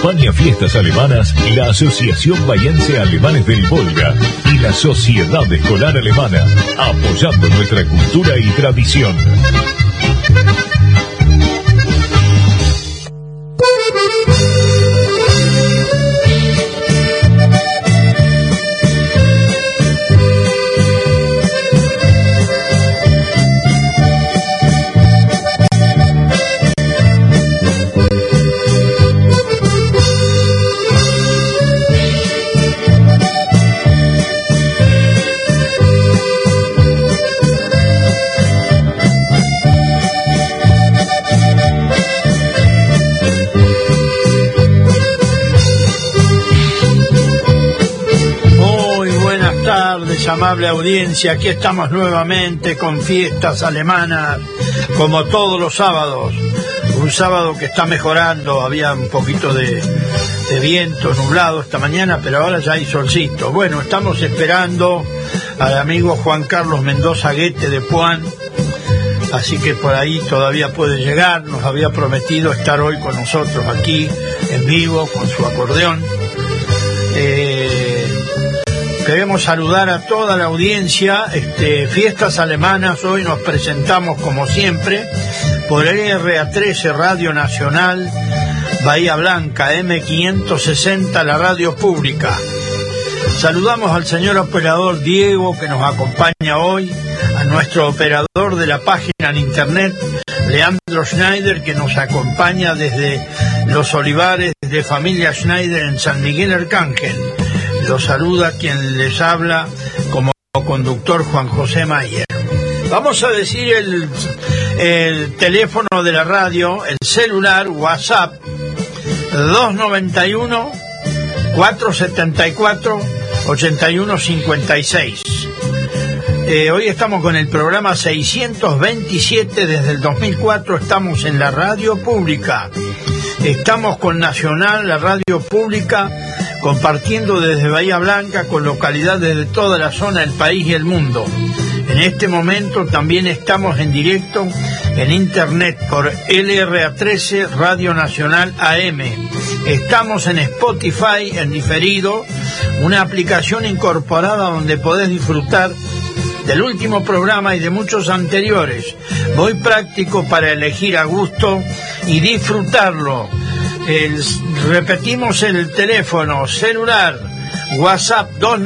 Acompaña Fiestas Alemanas la Asociación Bahiense Alemanes del Volga y la Sociedad Escolar Alemana, apoyando nuestra cultura y tradición. Amable audiencia, aquí estamos nuevamente con Fiestas Alemanas, como todos los sábados. Un sábado que está mejorando, había un poquito de viento nublado esta mañana, pero ahora ya hay solcito. Bueno, estamos esperando al amigo Juan Carlos Mendoza Guete de Puan, así que por ahí todavía puede llegar. Nos había prometido estar hoy con nosotros aquí en vivo con su acordeón. Queremos saludar a toda la audiencia. Fiestas Alemanas, hoy nos presentamos como siempre por LRA13 Radio Nacional Bahía Blanca, M560, la radio pública. Saludamos al señor operador Diego, que nos acompaña hoy, a nuestro operador de la página en internet, Leandro Schneider, que nos acompaña desde Los Olivares de Familia Schneider en San Miguel Arcángel. Los saluda quien les habla como conductor, Juan José Mayer. Vamos a decir el teléfono de la radio, el celular, WhatsApp, 291-474-8156. Hoy estamos con el programa 627, desde el 2004 estamos en la radio pública. Estamos con Nacional, la radio pública, compartiendo desde Bahía Blanca con localidades de toda la zona del país y el mundo. En este momento también estamos en directo en internet por LRA13 Radio Nacional AM. Estamos en Spotify en diferido, una aplicación incorporada donde podés disfrutar del último programa y de muchos anteriores. Muy práctico para elegir a gusto y disfrutarlo. Repetimos el teléfono celular, WhatsApp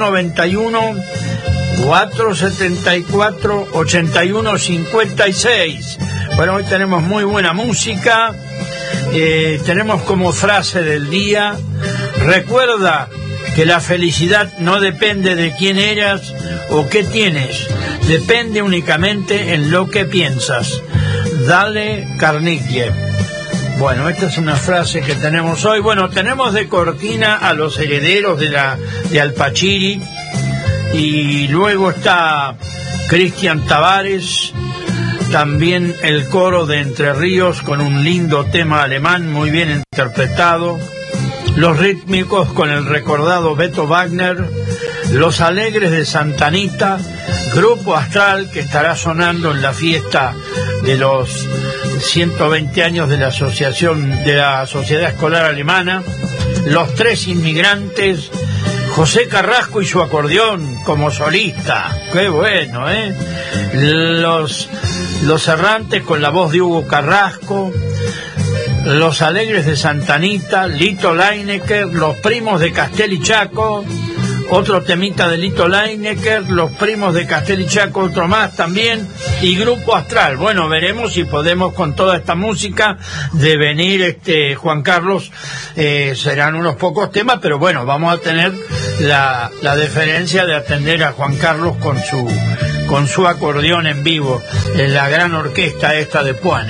291-474-8156. Bueno, hoy tenemos muy buena música. Tenemos como frase del día: recuerda que la felicidad no depende de quién eras o qué tienes, depende únicamente en lo que piensas. Dale Carnegie. Bueno, esta es una frase que tenemos hoy. Bueno, tenemos de cortina a Los Herederos de Alpachiri, y luego está Cristian Tavares, también el coro de Entre Ríos con un lindo tema alemán muy bien interpretado, Los Rítmicos con el recordado Beto Wagner, Los Alegres de Santa Anita, Grupo Astral, que estará sonando en la fiesta de los 120 años de la Asociación de la Sociedad Escolar Alemana, Los Tres Inmigrantes, José Carrasco y su acordeón como solista, qué bueno, Los Errantes con la voz de Hugo Carrasco, Los Alegres de Santa Anita, Lito Leinecker, Los Primos de Castel y Chaco, otro temita de Lito Leinecker, Los Primos de Castel y Chaco, otro más también, y Grupo Astral. Bueno, veremos si podemos con toda esta música devenir, Juan Carlos, serán unos pocos temas, pero bueno, vamos a tener la deferencia de atender a Juan Carlos con su acordeón en vivo, en la gran orquesta esta de Puan,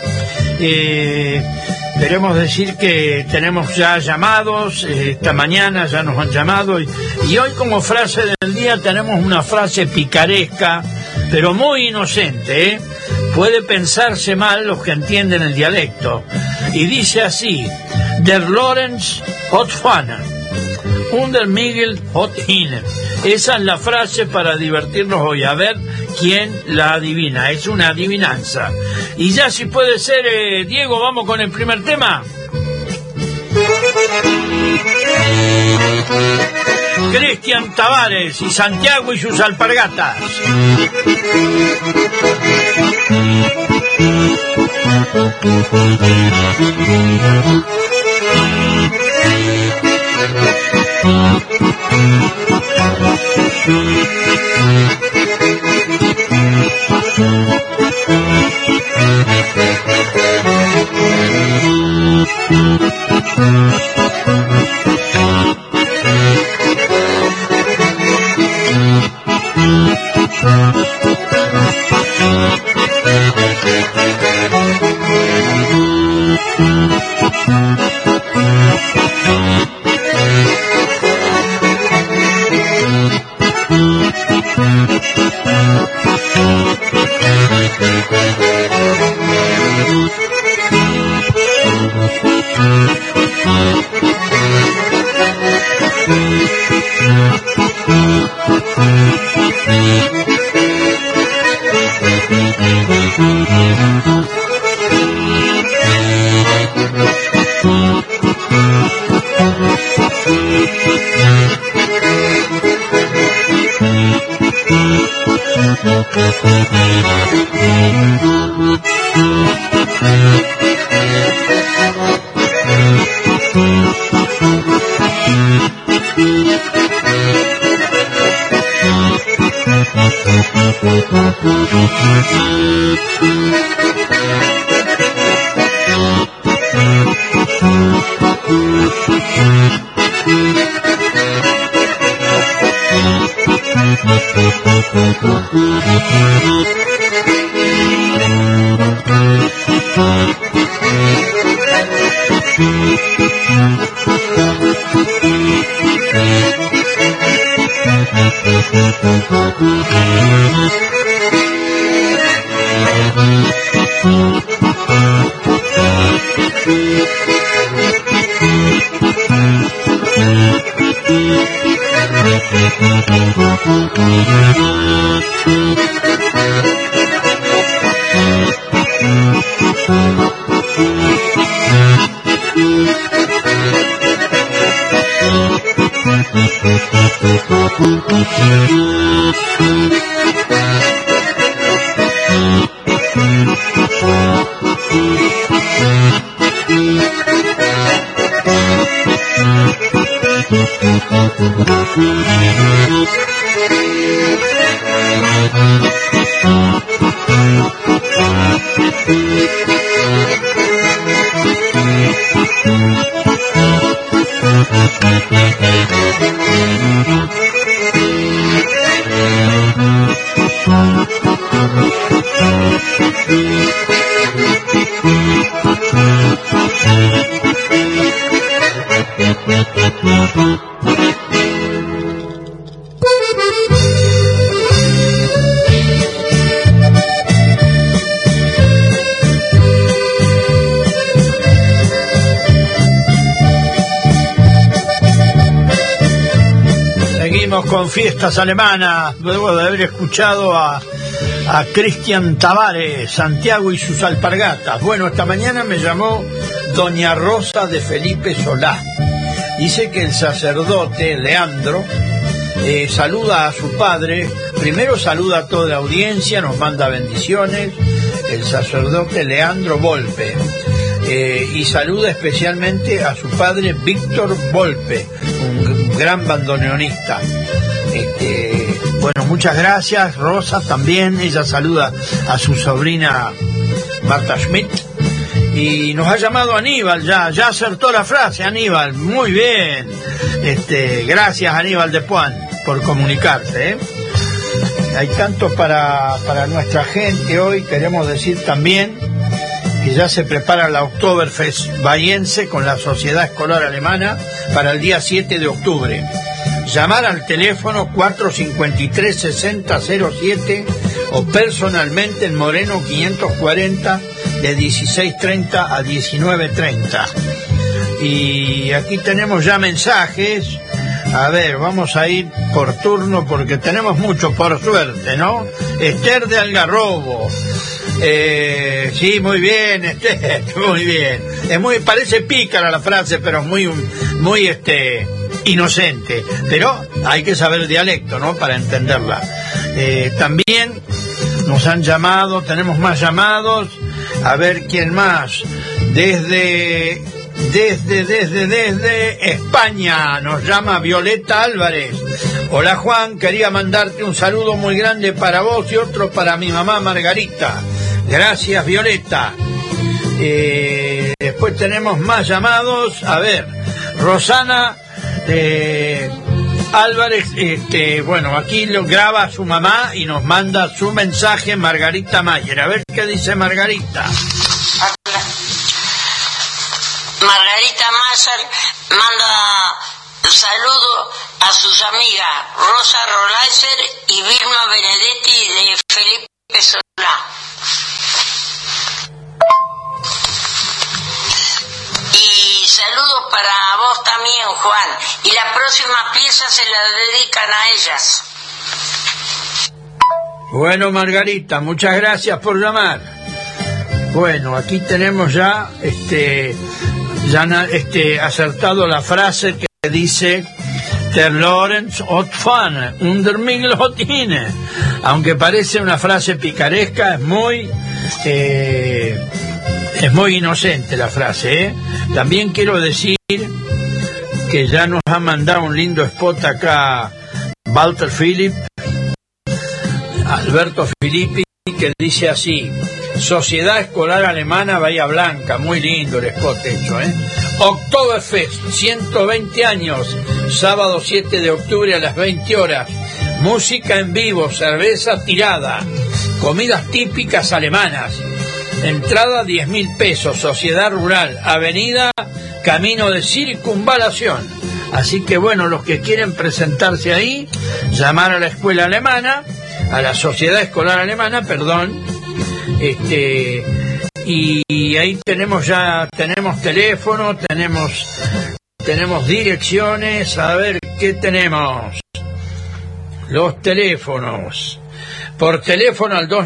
Queremos decir que tenemos ya llamados, esta mañana ya nos han llamado, y hoy como frase del día tenemos una frase picaresca, pero muy inocente, Puede pensarse mal los que entienden el dialecto, y dice así: Der Lorenz hat Fana, und der Miguel hat Hine. Esa es la frase para divertirnos hoy, a ver quién la adivina. Es una adivinanza. Y ya si puede ser, Diego, vamos con el primer tema. Cristian Tavares y Santiago y sus alpargatas. Con fiestas alemanas, luego de haber escuchado a Cristian Tavares, Santiago y sus alpargatas. Bueno, esta mañana me llamó doña Rosa de Felipe Solá. Dice que el sacerdote Leandro saluda a su padre. Primero saluda a toda la audiencia, nos manda bendiciones, el sacerdote Leandro Volpe. Y saluda especialmente a su padre Víctor Volpe, un gran bandoneonista. Bueno, muchas gracias, Rosa también. Ella saluda a su sobrina Marta Schmidt. Y nos ha llamado Aníbal, ya acertó la frase, Aníbal, muy bien. Gracias, Aníbal de Puan, por comunicarse. Hay tanto para nuestra gente hoy. Queremos decir también que ya se prepara la Oktoberfest bahiense con la Sociedad Escolar Alemana para el día 7 de octubre. Llamar al teléfono 453-6007 o personalmente en Moreno 540 de 16:30 a 19:30. Y aquí tenemos ya mensajes. A ver, vamos a ir por turno porque tenemos mucho, por suerte, ¿no? Esther de Algarrobo. Sí, muy bien, muy bien. Parece pícara la frase, pero es muy inocente. Pero hay que saber el dialecto, ¿no? Para entenderla. También nos han llamado, tenemos más llamados. A ver quién más. Desde España nos llama Violeta Álvarez. Hola Juan, quería mandarte un saludo muy grande para vos y otro para mi mamá Margarita. Gracias Violeta. Después tenemos más llamados. A ver, Rosana Álvarez, bueno, aquí lo graba su mamá y nos manda su mensaje Margarita Mayer. A ver qué dice Margarita. Margarita Mayer manda saludo a sus amigas Rosa Rolaiser y Vilma Benedetti de Felipe Solá. Y saludos para vos también, Juan. Y la próxima pieza se la dedican a ellas. Bueno, Margarita, muchas gracias por llamar. Bueno, aquí tenemos ya acertado la frase que dice Der Lorenz hat fan under Miguel Hotine. Aunque parece una frase picaresca, es muy inocente la frase, ¿eh? También quiero decir que ya nos ha mandado un lindo spot acá Walter Philipp, Alberto Filippi, que dice así: Sociedad Escolar Alemana Bahía Blanca. Muy lindo el spot hecho, ¿eh? Oktoberfest, 120 años, sábado 7 de octubre a las 20 horas. Música en vivo, cerveza tirada, comidas típicas alemanas. Entrada 10.000 pesos, Sociedad Rural, Avenida Camino de Circunvalación. Así que bueno, los que quieren presentarse ahí, llamar a la escuela alemana, a la Sociedad Escolar Alemana, perdón, y ahí tenemos teléfono, tenemos direcciones. A ver qué tenemos. Los teléfonos. Por teléfono al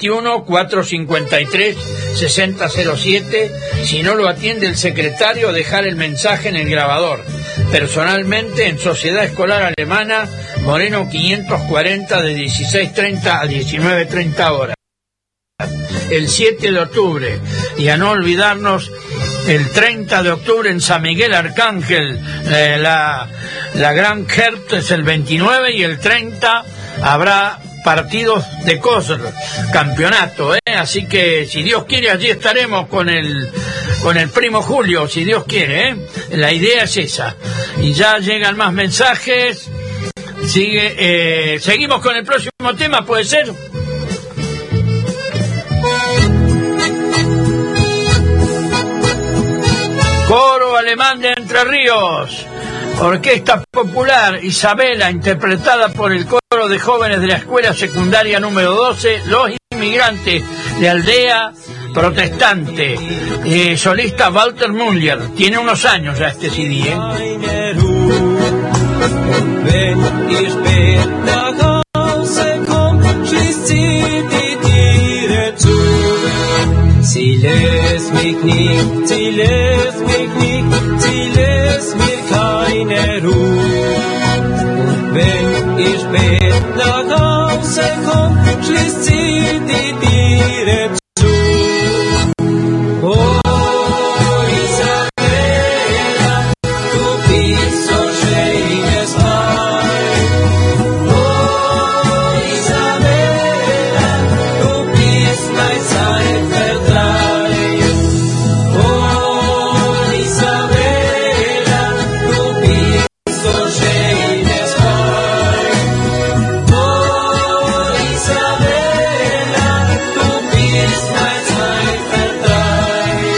291-453-6007. Si no lo atiende el secretario, dejar el mensaje en el grabador. Personalmente en Sociedad Escolar Alemana, Moreno 540, de 16:30 a 19:30 horas. El 7 de octubre, y a no olvidarnos, el 30 de octubre en San Miguel Arcángel, la Gran Kert es el 29, y el 30 habrá partidos de COSR, campeonato, así que si Dios quiere allí estaremos con el primo Julio, si Dios quiere, la idea es esa. Y ya llegan más mensajes. Seguimos con el próximo tema, ¿puede ser? Coro alemán de Entre Ríos, Orquesta Popular Isabela, interpretada por el coro de jóvenes de la Escuela Secundaria número 12, Los Inmigrantes de Aldea Protestante. Solista Walter Müller. Tiene unos años ya este CD, Sie lässt mich nicht, sie lässt mich nicht, sie lässt mir keine Ruhe. Und wenn ich spät nach Hause komm, schließt sie die Türe zu. Oh, Isabella, du bist so schönes Weib. Oh, Isabella, du bist mein Zeitvertreib. Oh, Isabella, du bist so schönes Weib. Oh, Isabella, du bist mein Zeitvertreib.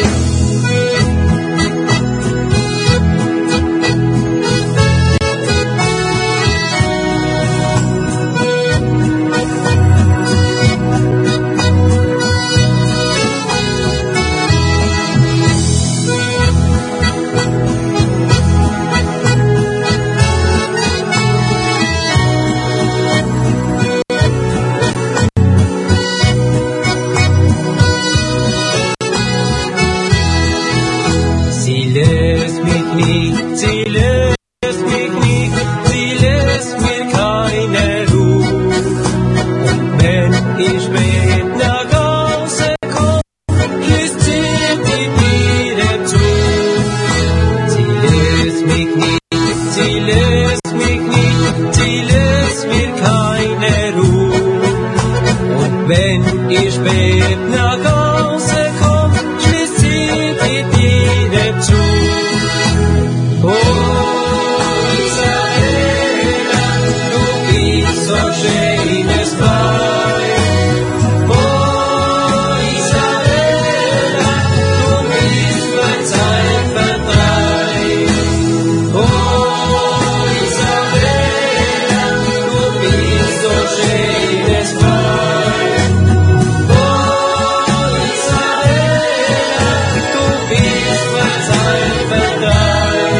nach Hause komm, schließt sie die Diener zu. Oh, Isabella, du bist so schönes Weib. Oh, Isabella, du bist mein Zeitvertreib. Oh, Isabella, du bist so schönes Weib. Oh, Isabella, du bist mein Zeitvertreib.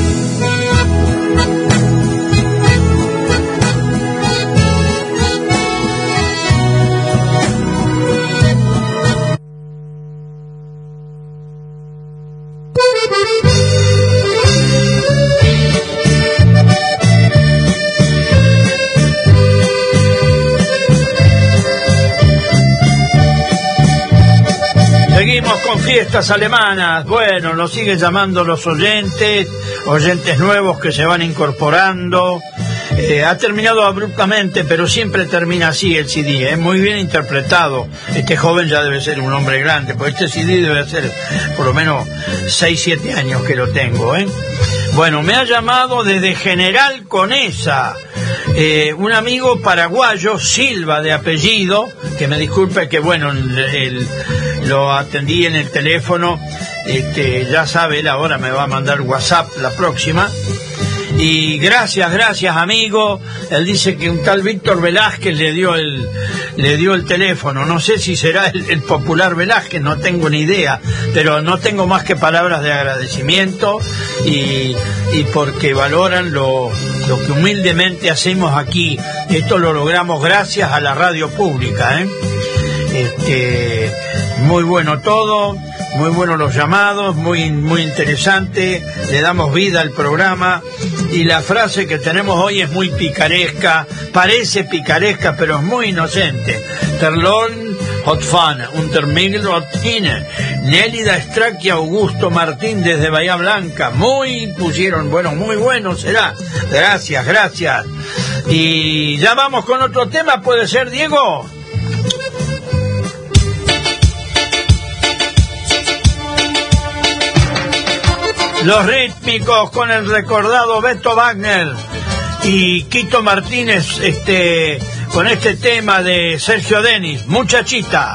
Seguimos con fiestas alemanas. Bueno, nos siguen llamando los oyentes nuevos que se van incorporando. Ha terminado abruptamente, pero siempre termina así el CD. Muy bien interpretado. Este joven ya debe ser un hombre grande, porque este CD debe ser por lo menos 6-7 años que lo tengo. Bueno, me ha llamado desde General Conesa un amigo paraguayo, Silva de apellido, que me disculpe que bueno, lo atendí en el teléfono, ya sabe, él ahora me va a mandar WhatsApp la próxima. Y gracias amigo. Él dice que un tal Víctor Velázquez le dio el teléfono. No sé si será el popular Velázquez, no tengo ni idea, pero no tengo más que palabras de agradecimiento y porque valoran lo que humildemente hacemos aquí. Esto lo logramos gracias a la radio pública, muy bueno todo, muy buenos los llamados, muy interesante, le damos vida al programa y la frase que tenemos hoy es muy picaresca, parece picaresca pero es muy inocente. Terlón hot fan, unter Miguel Rottine, Nélida Straki, Augusto Martín desde Bahía Blanca, muy bueno será, gracias. Y ya vamos con otro tema, ¿puede ser, Diego? Los rítmicos con el recordado Beto Wagner y Quito Martínez con este tema de Sergio Denis, Muchachita.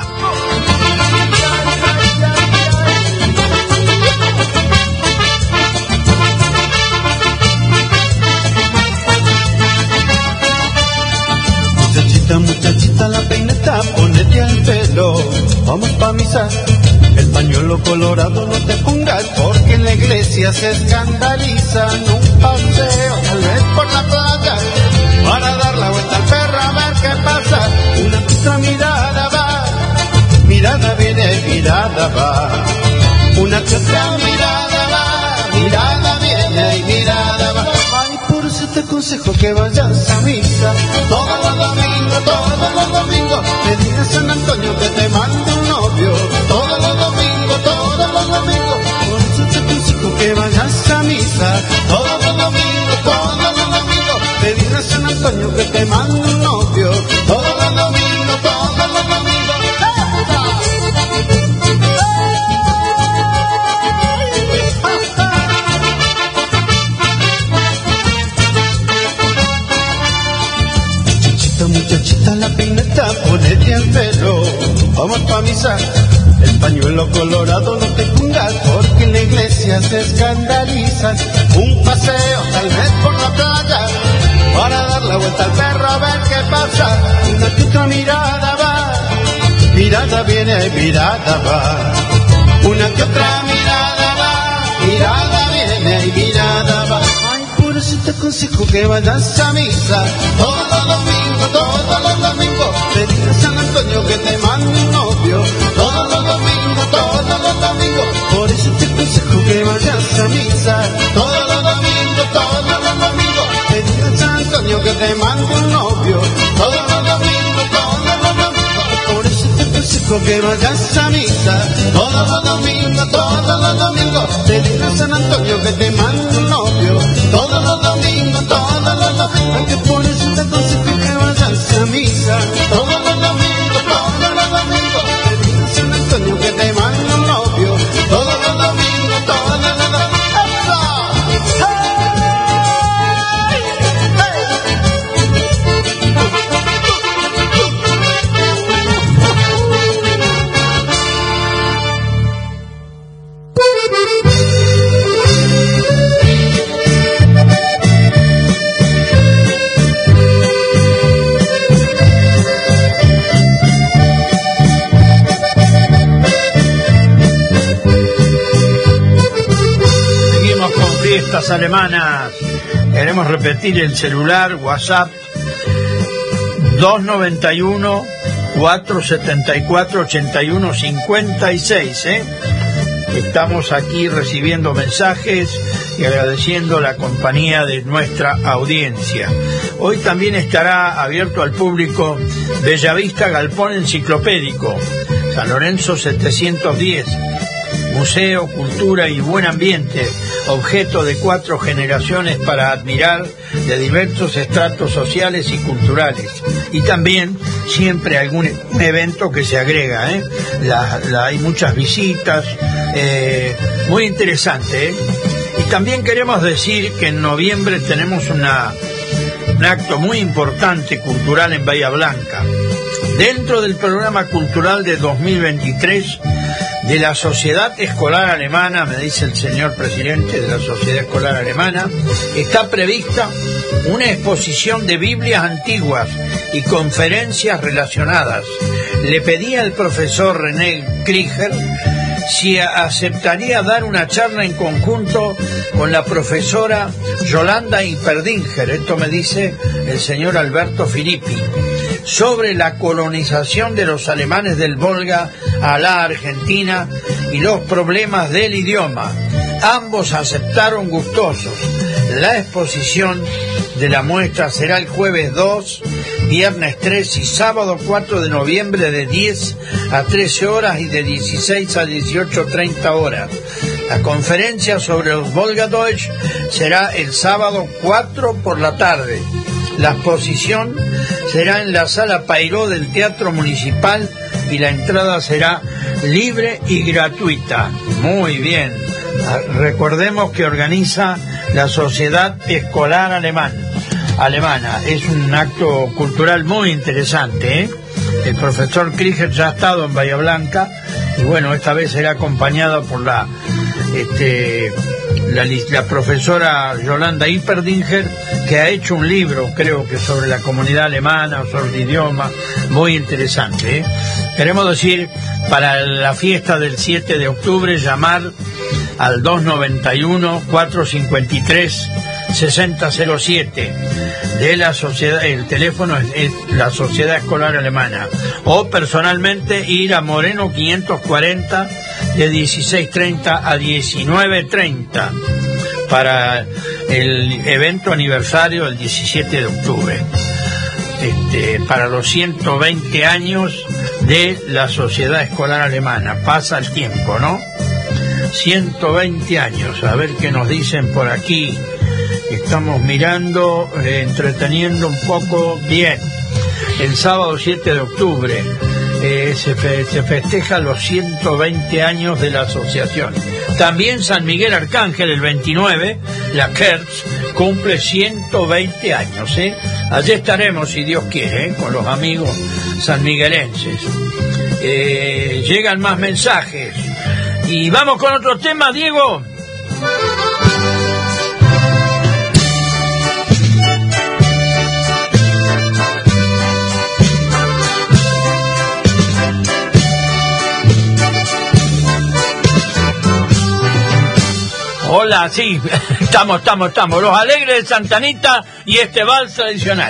Muchachita, la peineta, ponete al pelo, vamos pa' misa. El pañuelo colorado no te pongas porque en la iglesia se escandalizan. Un paseo, tal vez por la playa, para dar la vuelta al perro a ver qué pasa. Una que otra mirada va, mirada viene, mirada va. Una que otra mirada va, mirada viene y mirada va. Ay, por eso te aconsejo que vayas a misa todos los domingos, le digas a San Antonio que te mande un novio. Todos los domingos, por eso te aconsejo que vayas a misa todos los domingos, le digas a San Antonio que te mande un novio. Todos los domingos. Muchachita, la peineta, ponete al pelo, vamos pa' misa. El pañuelo colorado no te pongas porque en la iglesia se escandalizan. Un paseo, tal vez por la playa, para dar la vuelta al perro a ver qué pasa. Una que otra mirada va, mirada viene, mirada va. Una que otra mirada va, mirada viene y mirada va. Ay, por eso te aconsejo que vayas a misa todos los domingos, le digas a San Antonio que te mande un novio. Todos los domingos, por eso te aconsejo que vayas a misa todos los domingos, le digas a San Antonio que te mande un novio. Todos los domingos, por eso te aconsejo que vayas a misa todos los domingos, le digas a San Antonio que te mande un novio. Todos los domingos, que por eso te aconsejo que vayas a misa todos los domingos, le digas fiestas alemanas. Queremos repetir el celular, WhatsApp, 291-474-8156, Estamos aquí recibiendo mensajes y agradeciendo la compañía de nuestra audiencia. Hoy también estará abierto al público Bellavista Galpón Enciclopédico, San Lorenzo 710, Museo, Cultura y Buen Ambiente, objeto de 4 generaciones para admirar de diversos estratos sociales y culturales. Y también siempre algún evento que se agrega, hay muchas visitas, muy interesante, Y también queremos decir que en noviembre tenemos un acto muy importante cultural en Bahía Blanca. Dentro del programa cultural de 2023 de la Sociedad Escolar Alemana, me dice el señor presidente de la Sociedad Escolar Alemana, está prevista una exposición de Biblias antiguas y conferencias relacionadas. Le pedí al profesor René Krieger si aceptaría dar una charla en conjunto con la profesora Yolanda Iperdinger, esto me dice el señor Alberto Filippi, sobre la colonización de los alemanes del Volga a la Argentina y los problemas del idioma. Ambos aceptaron gustosos. La exposición de la muestra será el jueves 2, viernes 3 y sábado 4 de noviembre de 10 a 13 horas y de 16 a 18:30 horas. La conferencia sobre los Volgadeutsch será el sábado 4 por la tarde. La exposición será en la Sala Pairó del Teatro Municipal y la entrada será libre y gratuita. Muy bien. Recordemos que organiza la Sociedad Escolar Alemana. Es un acto cultural muy interesante, El profesor Krieger ya ha estado en Bahía Blanca y bueno, esta vez será acompañado por la profesora Yolanda Iperdinger, que ha hecho un libro, creo que sobre la comunidad alemana o sobre el idioma, muy interesante. Queremos decir, para la fiesta del 7 de octubre, llamar al 291-453-6007 de la sociedad, el teléfono es la Sociedad Escolar Alemana, o personalmente ir a Moreno 540 de 16:30 a 19:30 para el evento aniversario del 17 de octubre, para los 120 años de la Sociedad Escolar Alemana. Pasa el tiempo, ¿no? 120 años, a ver qué nos dicen por aquí. Estamos mirando, entreteniendo un poco. Bien, el sábado 7 de octubre se festeja los 120 años de la asociación. También San Miguel Arcángel, el 29, la Kertz, cumple 120 años. Allí estaremos, si Dios quiere, con los amigos sanmiguelenses. Llegan más mensajes. Y vamos con otro tema, Diego. Hola, sí, estamos. Los Alegres de Santa Anita y este vals tradicional.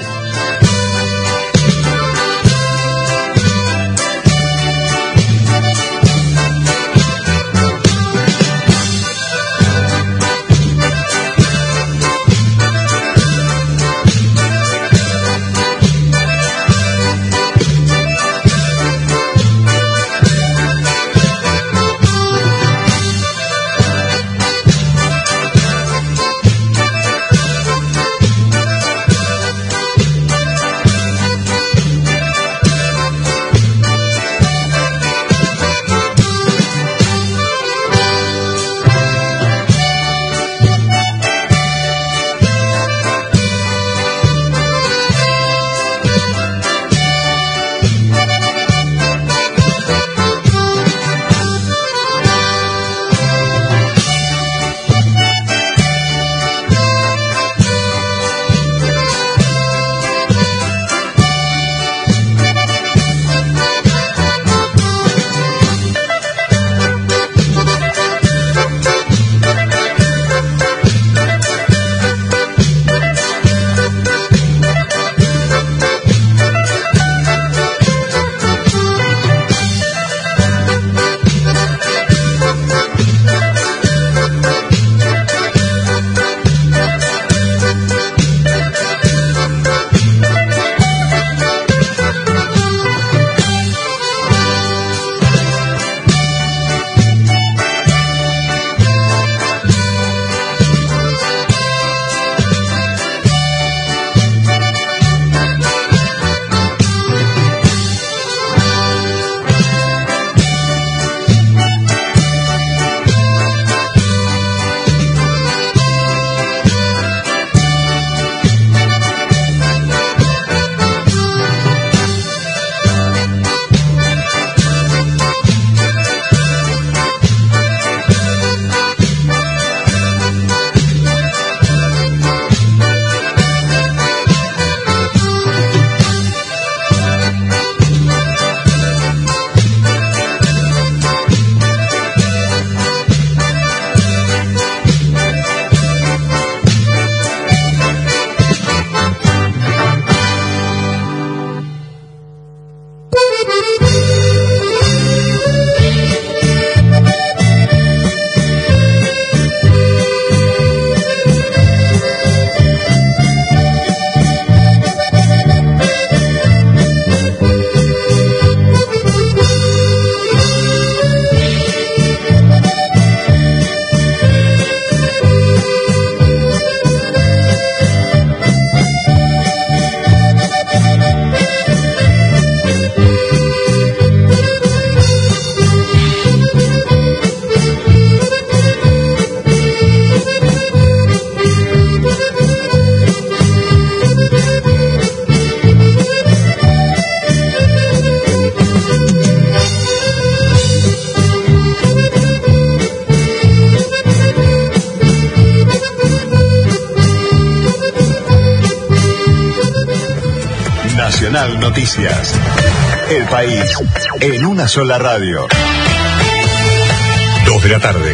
Nacional Noticias. El país en una sola radio. 2 de la tarde.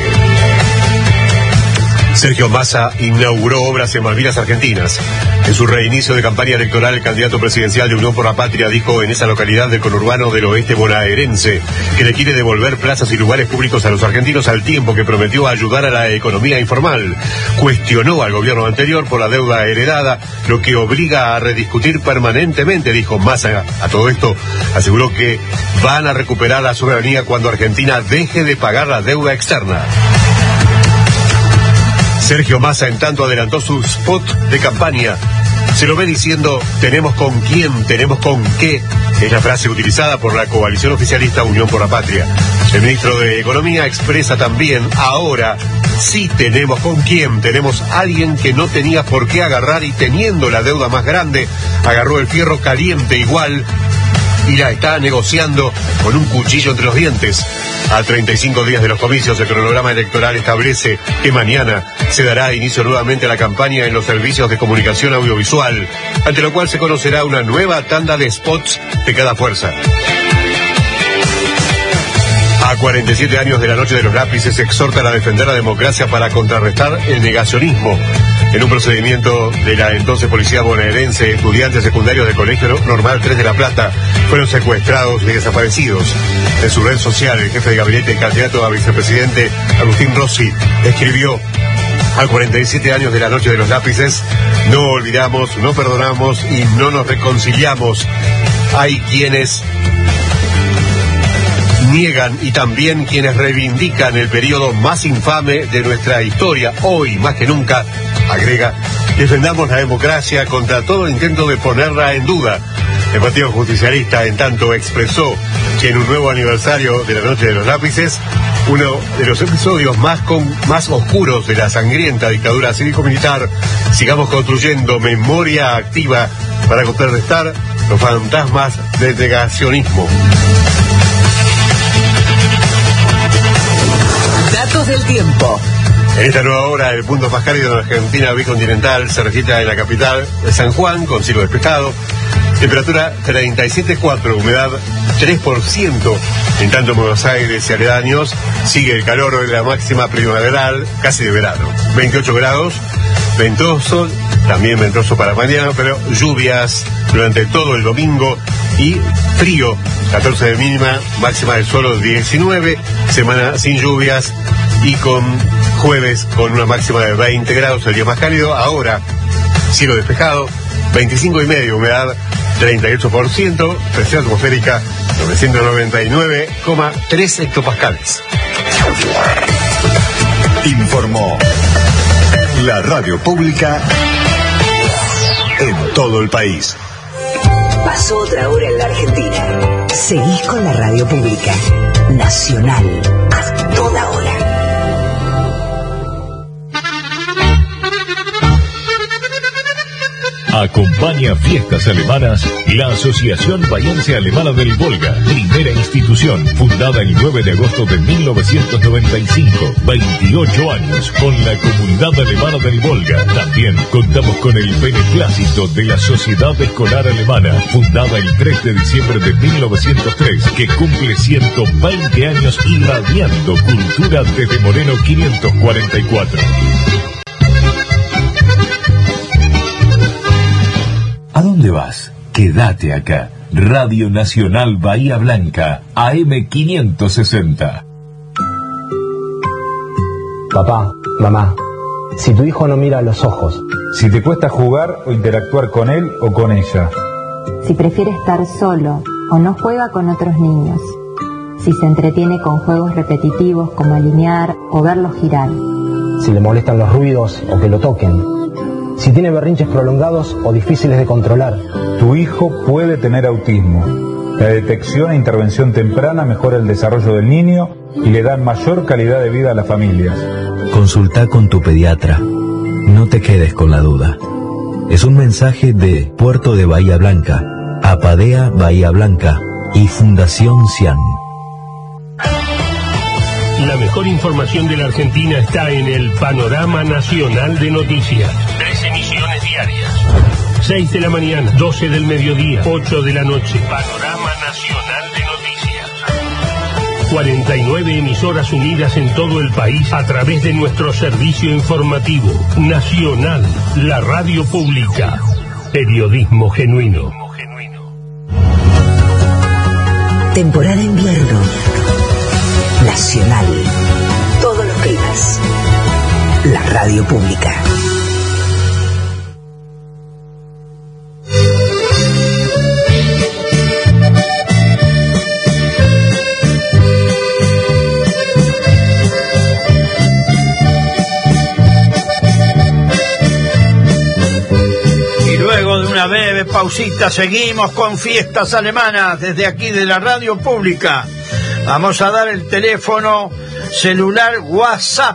Sergio Massa inauguró obras en Malvinas Argentinas. En su reinicio de campaña electoral, el candidato presidencial de Unión por la Patria dijo en esa localidad del conurbano del oeste bonaerense que le quiere devolver plazas y lugares públicos a los argentinos al tiempo que prometió ayudar a la economía informal. Cuestionó al gobierno anterior por la deuda heredada, lo que obliga a rediscutir permanentemente, dijo Massa. A todo esto aseguró que van a recuperar la soberanía cuando Argentina deje de pagar la deuda externa. Sergio Massa, en tanto, adelantó su spot de campaña. Se lo ve diciendo, tenemos con quién, tenemos con qué. Es la frase utilizada por la coalición oficialista Unión por la Patria. El ministro de Economía expresa también, ahora sí tenemos con quién. Tenemos a alguien que no tenía por qué agarrar y teniendo la deuda más grande, agarró el fierro caliente igual y la está negociando con un cuchillo entre los dientes. A 35 días de los comicios, el cronograma electoral establece que mañana se dará inicio nuevamente a la campaña en los servicios de comunicación audiovisual, ante lo cual se conocerá una nueva tanda de spots de cada fuerza. A 47 años de la Noche de los Lápices, exhortan a defender la democracia para contrarrestar el negacionismo. En un procedimiento de la entonces policía bonaerense, estudiantes secundarios del Colegio Normal 3 de La Plata fueron secuestrados y desaparecidos. En su red social, el jefe de gabinete y candidato a vicepresidente, Agustín Rossi, escribió: a 47 años de la Noche de los Lápices, no olvidamos, no perdonamos y no nos reconciliamos. Hay quienes niegan y también quienes reivindican el periodo más infame de nuestra historia. Hoy, más que nunca, agrega, defendamos la democracia contra todo intento de ponerla en duda. El Partido Justicialista, en tanto, expresó que en un nuevo aniversario de la Noche de los Lápices, uno de los episodios más oscuros de la sangrienta dictadura cívico-militar, sigamos construyendo memoria activa para contrarrestar los fantasmas del negacionismo. Datos del tiempo. En esta nueva hora, el punto más cálido de la Argentina bicontinental se registra en la capital de San Juan, con cielo despejado. Temperatura 37,4, humedad 3%. En tanto, en Buenos Aires y aledaños sigue el calor de la máxima primaveral, casi de verano. 28 grados, ventoso, también ventoso para mañana, pero lluvias durante todo el domingo y frío, 14 de mínima, máxima del solo 19, semana sin lluvias y con jueves con una máxima de 20 grados, el día más cálido. Ahora, cielo despejado, 25,5, humedad 38%, presión atmosférica 999,3 hectopascales. Informó la radio pública en todo el país. Pasó otra hora en la Argentina. Seguís con la radio pública nacional a toda hora. Acompaña Fiestas Alemanas la Asociación Bahiense Alemana del Volga, primera institución, fundada el 9 de agosto de 1995, 28 años con la comunidad alemana del Volga. También contamos con el beneplácito de la Sociedad Escolar Alemana, fundada el 3 de diciembre de 1903, que cumple 120 años irradiando cultura desde Moreno 544. ¿A dónde vas? Quédate acá. Radio Nacional Bahía Blanca, AM 560. Papá, mamá, si tu hijo no mira a los ojos, si te cuesta jugar o interactuar con él o con ella, si prefiere estar solo o no juega con otros niños, si se entretiene con juegos repetitivos como alinear o verlos girar, si le molestan los ruidos o que lo toquen, si tiene berrinches prolongados o difíciles de controlar. Tu hijo puede tener autismo. La detección e intervención temprana mejora el desarrollo del niño y le dan mayor calidad de vida a las familias. Consulta con tu pediatra. No te quedes con la duda. Es un mensaje de Puerto de Bahía Blanca, Apadea Bahía Blanca y Fundación CIAN. La mejor información de la Argentina está en el Panorama Nacional de Noticias. 3 emisiones diarias. 6 de la mañana, 12 del mediodía, 8 de la noche. Panorama Nacional de Noticias. 49 emisoras unidas en todo el país a través de nuestro servicio informativo nacional, la radio pública. Periodismo genuino. Temporada invierno. Nacional. Todos los climas. La radio pública. Una breve pausita, seguimos con Fiestas Alemanas desde aquí de la radio pública. Vamos a dar el teléfono celular WhatsApp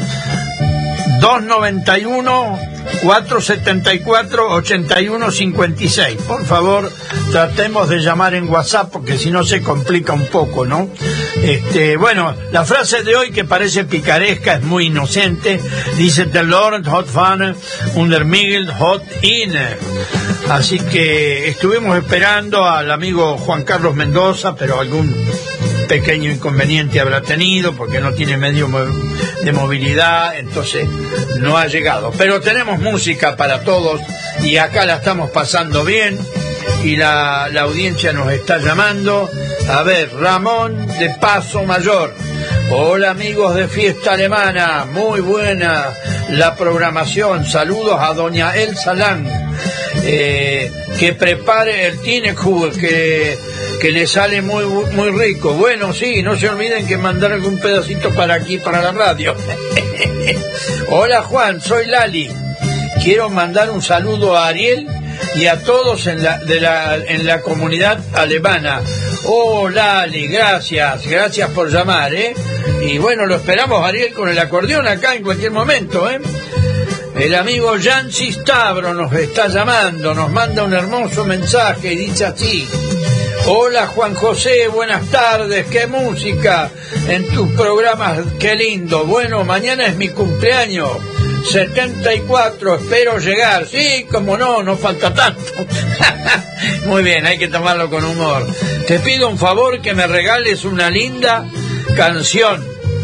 291-474-8156. Por favor, tratemos de llamar en WhatsApp porque si no se complica un poco, ¿no? Bueno, la frase de hoy, que parece picaresca, es muy inocente, dice: Der Lord hat Fahne und der Miguel hat inne. Así que estuvimos esperando al amigo Juan Carlos Mendoza, pero algún pequeño inconveniente habrá tenido porque no tiene medio de movilidad, entonces no ha llegado. Pero tenemos música para todos y acá la estamos pasando bien y la audiencia nos está llamando. A ver, Ramón de Paso Mayor. Hola amigos de Fiesta Alemana, muy buena la programación. Saludos a doña Elsa Lang. Que prepare el Tinekuchen, que le sale muy rico. Bueno, sí, no se olviden que mandar algún pedacito para aquí, para la radio. Hola Juan, soy Lali. Quiero mandar un saludo a Ariel y a todos en la comunidad alemana. Oh Lali, gracias por llamar, y bueno, lo esperamos Ariel con el acordeón acá en cualquier momento, El amigo Yancy Stavro nos está llamando, nos manda un hermoso mensaje y dice así: hola Juan José, buenas tardes, qué música en tus programas, qué lindo. Bueno, mañana es mi cumpleaños, 74, espero llegar. Sí, como no falta tanto. Muy bien, hay que tomarlo con humor. Te pido un favor, que me regales una linda canción.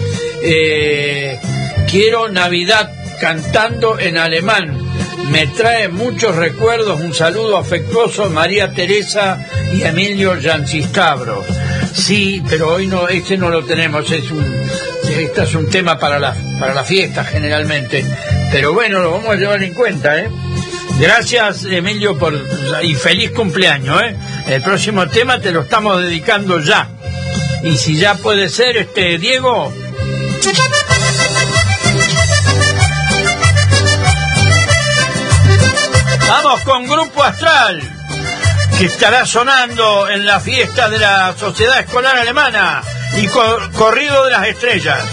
Quiero Navidad cantando en alemán, me trae muchos recuerdos. Un saludo afectuoso, María Teresa y Emilio Yancistabro. Sí, pero hoy no, no lo tenemos, este es un tema para la fiesta generalmente, pero bueno, lo vamos a llevar en cuenta, Gracias Emilio y feliz cumpleaños, El próximo tema te lo estamos dedicando ya, y si ya puede ser, Diego. Vamos con Grupo Astral, que estará sonando en la fiesta de la Sociedad Escolar Alemana y Corrido de las Estrellas.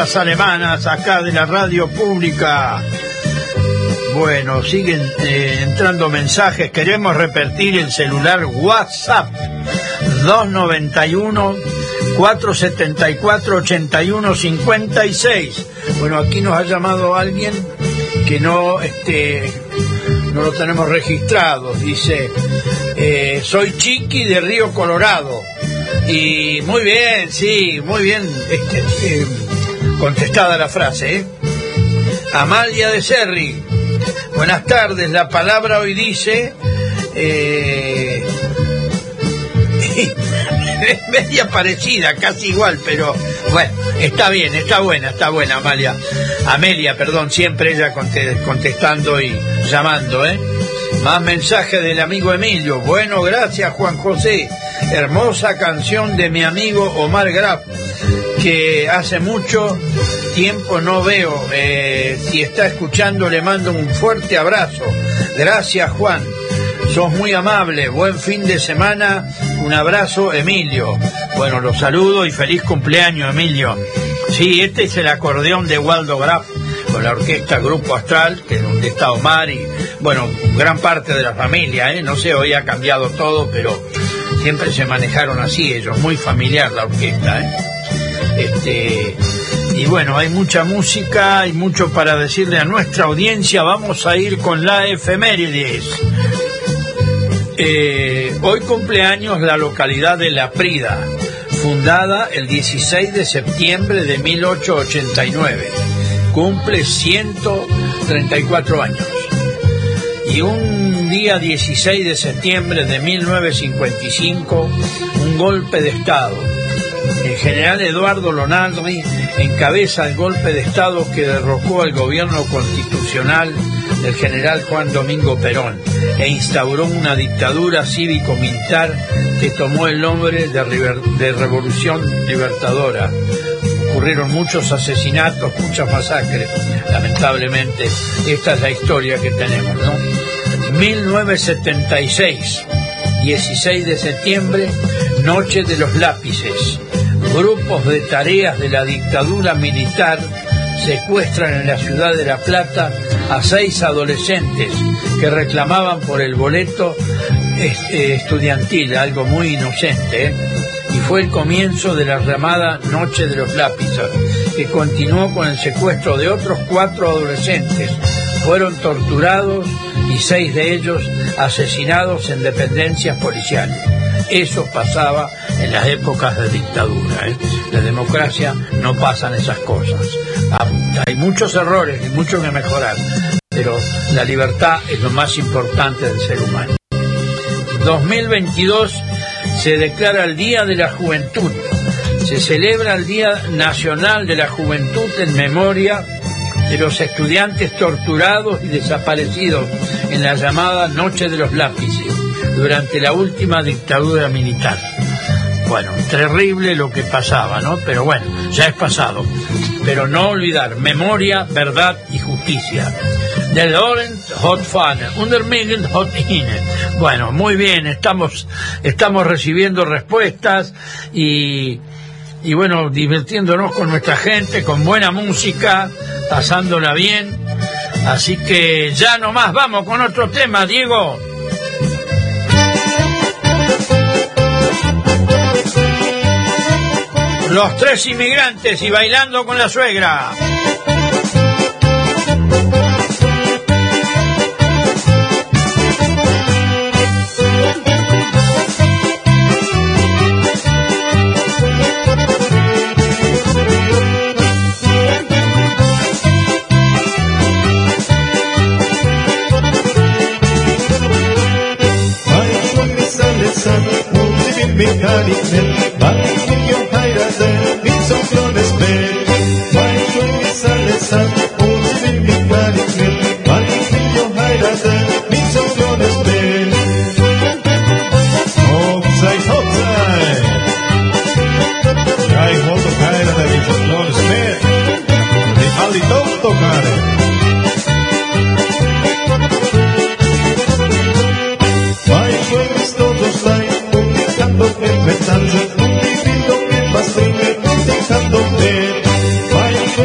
fiestas alemanas acá de la radio pública. Bueno, siguen entrando mensajes. Queremos repetir el celular WhatsApp 291-474-8156. Bueno, aquí nos ha llamado alguien que no lo tenemos registrado. Dice, soy Chiqui de Río Colorado. Y muy bien, sí, muy bien contestada la frase, ¿eh? Amalia de Cerri. Buenas tardes, la palabra hoy dice... media parecida, casi igual, pero bueno, está bien, está buena Amelia, perdón, siempre ella contestando y llamando, Más mensaje del amigo Emilio. Bueno, gracias Juan José, hermosa canción de mi amigo Omar Graf, que hace mucho tiempo no veo, si está escuchando le mando un fuerte abrazo. Gracias Juan, sos muy amable, buen fin de semana, un abrazo Emilio. Bueno, los saludo y feliz cumpleaños Emilio. Sí, este es el acordeón de Waldo Graf con la orquesta Grupo Astral, que es donde está Omar y bueno, gran parte de la familia, no sé, hoy ha cambiado todo, pero siempre se manejaron así ellos, muy familiar la orquesta, Y bueno, hay mucha música, hay mucho para decirle a nuestra audiencia. Vamos a ir con la efemérides. Hoy cumpleaños la localidad de La Prida, fundada el 16 de septiembre de 1889. Cumple 134 años. Y un día 16 de septiembre de 1955, un golpe de Estado. El general Eduardo Lonardi encabeza el golpe de Estado que derrocó el gobierno constitucional del general Juan Domingo Perón e instauró una dictadura cívico-militar que tomó el nombre de Revolución Libertadora. Ocurrieron muchos asesinatos, muchas masacres, lamentablemente. Esta es la historia que tenemos, ¿no? 1976, 16 de septiembre, Noche de los Lápices. Grupos de tareas de la dictadura militar secuestran en la ciudad de La Plata a 6 adolescentes que reclamaban por el boleto estudiantil, algo muy inocente, Y fue el comienzo de la llamada Noche de los Lápices, que continuó con el secuestro de otros 4 adolescentes. Fueron torturados y 6 de ellos asesinados en dependencias policiales. Eso pasaba en las épocas de dictadura, La democracia no pasan esas cosas. Hay muchos errores y mucho que mejorar, pero la libertad es lo más importante del ser humano. 2022 se declara el Día de la Juventud. Se celebra el Día Nacional de la Juventud en memoria de los estudiantes torturados y desaparecidos en la llamada Noche de los Lápices durante la última dictadura militar. Bueno, terrible lo que pasaba, ¿no? Pero bueno, ya es pasado. Pero no olvidar, memoria, verdad y justicia. De Laurent Hotfaner, Undermingen Hot Innen. Bueno, muy bien, estamos recibiendo respuestas y bueno, divirtiéndonos con nuestra gente, con buena música, pasándola bien. Así que ya nomás vamos con otro tema, Diego. Los 3 inmigrantes y bailando con la suegra. Vai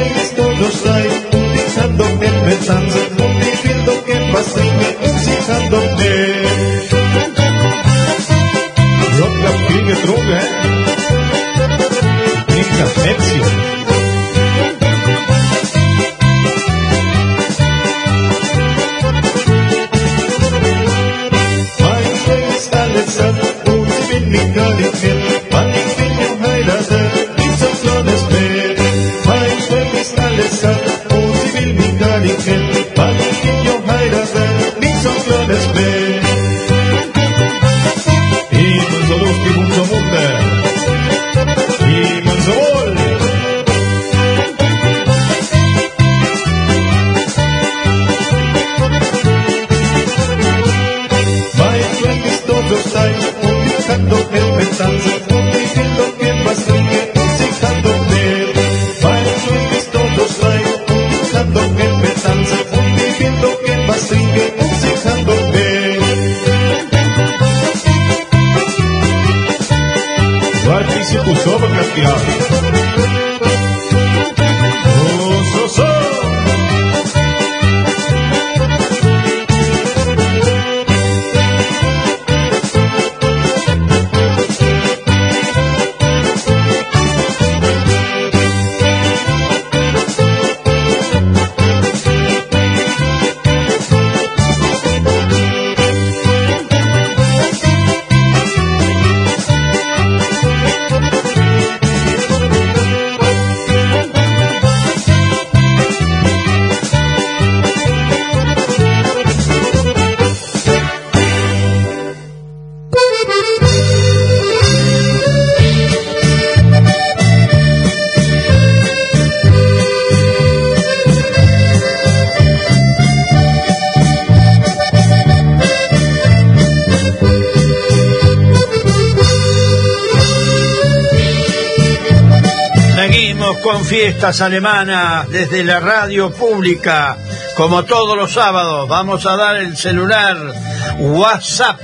con fiestas alemanas desde la radio pública, como todos los sábados. Vamos a dar el celular WhatsApp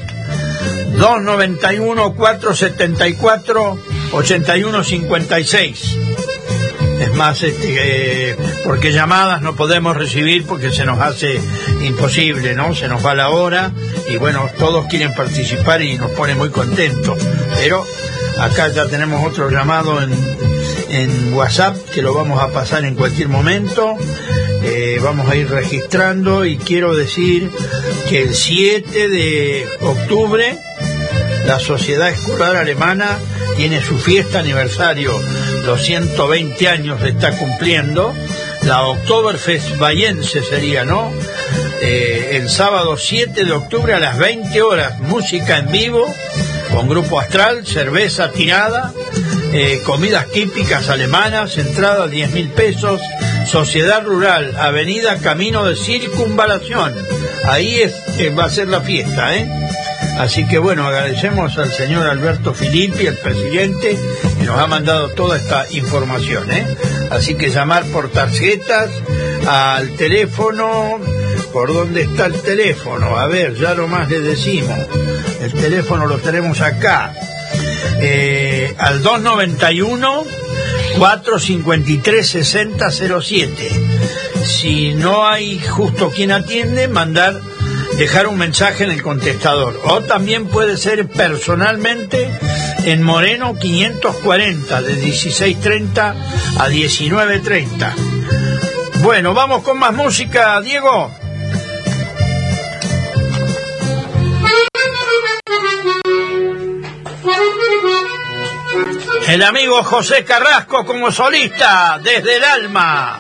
291-474-8156. Es más, porque llamadas no podemos recibir porque se nos hace imposible, ¿no? Se nos va la hora y bueno, todos quieren participar y nos pone muy contentos. Pero acá ya tenemos otro llamado en WhatsApp que lo vamos a pasar en cualquier momento. Vamos a ir registrando y quiero decir que el 7 de octubre la Sociedad Escolar Alemana tiene su fiesta aniversario, los 120 años está cumpliendo, la Oktoberfest Bayense sería, ¿no? El sábado 7 de octubre a las 20 horas, música en vivo, con Grupo Astral, cerveza tirada, comidas típicas alemanas, entrada 10.000 pesos, Sociedad Rural, Avenida Camino de Circunvalación, ahí va a ser la fiesta, Así que bueno, agradecemos al señor Alberto Filippi, el presidente, que nos ha mandado toda esta información, Así que llamar por tarjetas al teléfono. ¿Por dónde está el teléfono? A ver, ya nomás le decimos. El teléfono lo tenemos acá. Al 291-453-6007. Si no hay justo quien atiende, dejar un mensaje en el contestador, o también puede ser personalmente en Moreno 540 de 16:30 a 19:30. Bueno, vamos con más música, Diego. El amigo José Carrasco como solista desde el alma.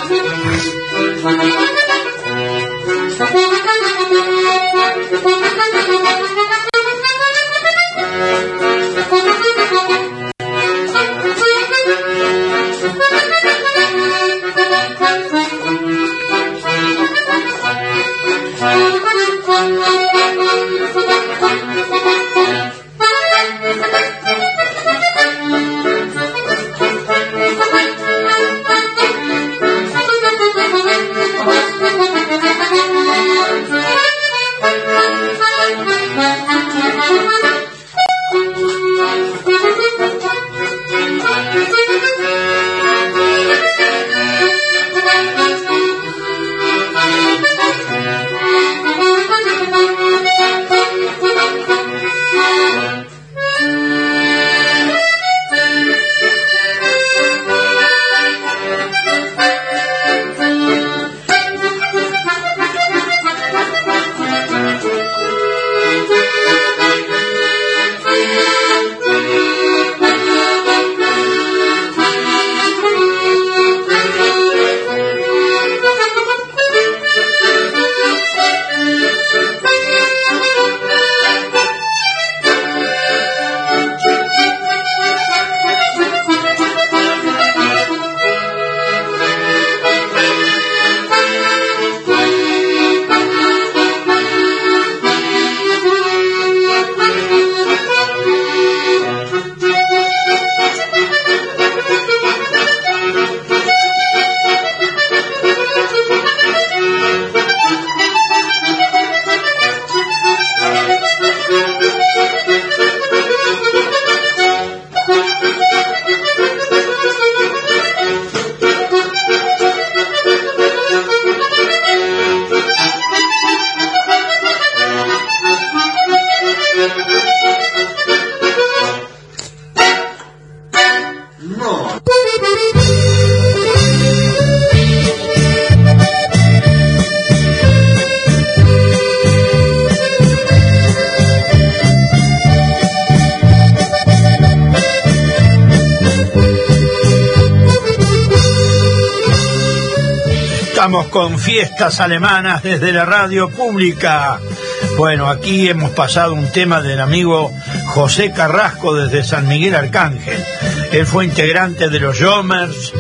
Estamos con fiestas alemanas desde la radio pública. Bueno, aquí hemos pasado un tema del amigo José Carrasco desde San Miguel Arcángel. Él fue integrante de los Jomers,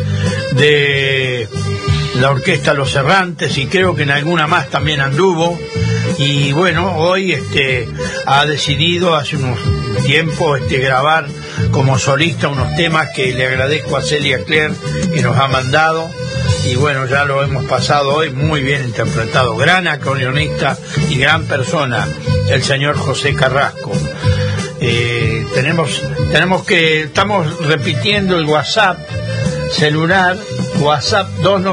de la orquesta Los Errantes y creo que en alguna más también anduvo. Y bueno, hoy ha decidido hace unos tiempo grabar como solista unos temas que le agradezco a Celia Cler que nos ha mandado. Y bueno, ya lo hemos pasado hoy, muy bien interpretado. Gran acordeonista y gran persona, el señor José Carrasco. Estamos repitiendo el WhatsApp celular, WhatsApp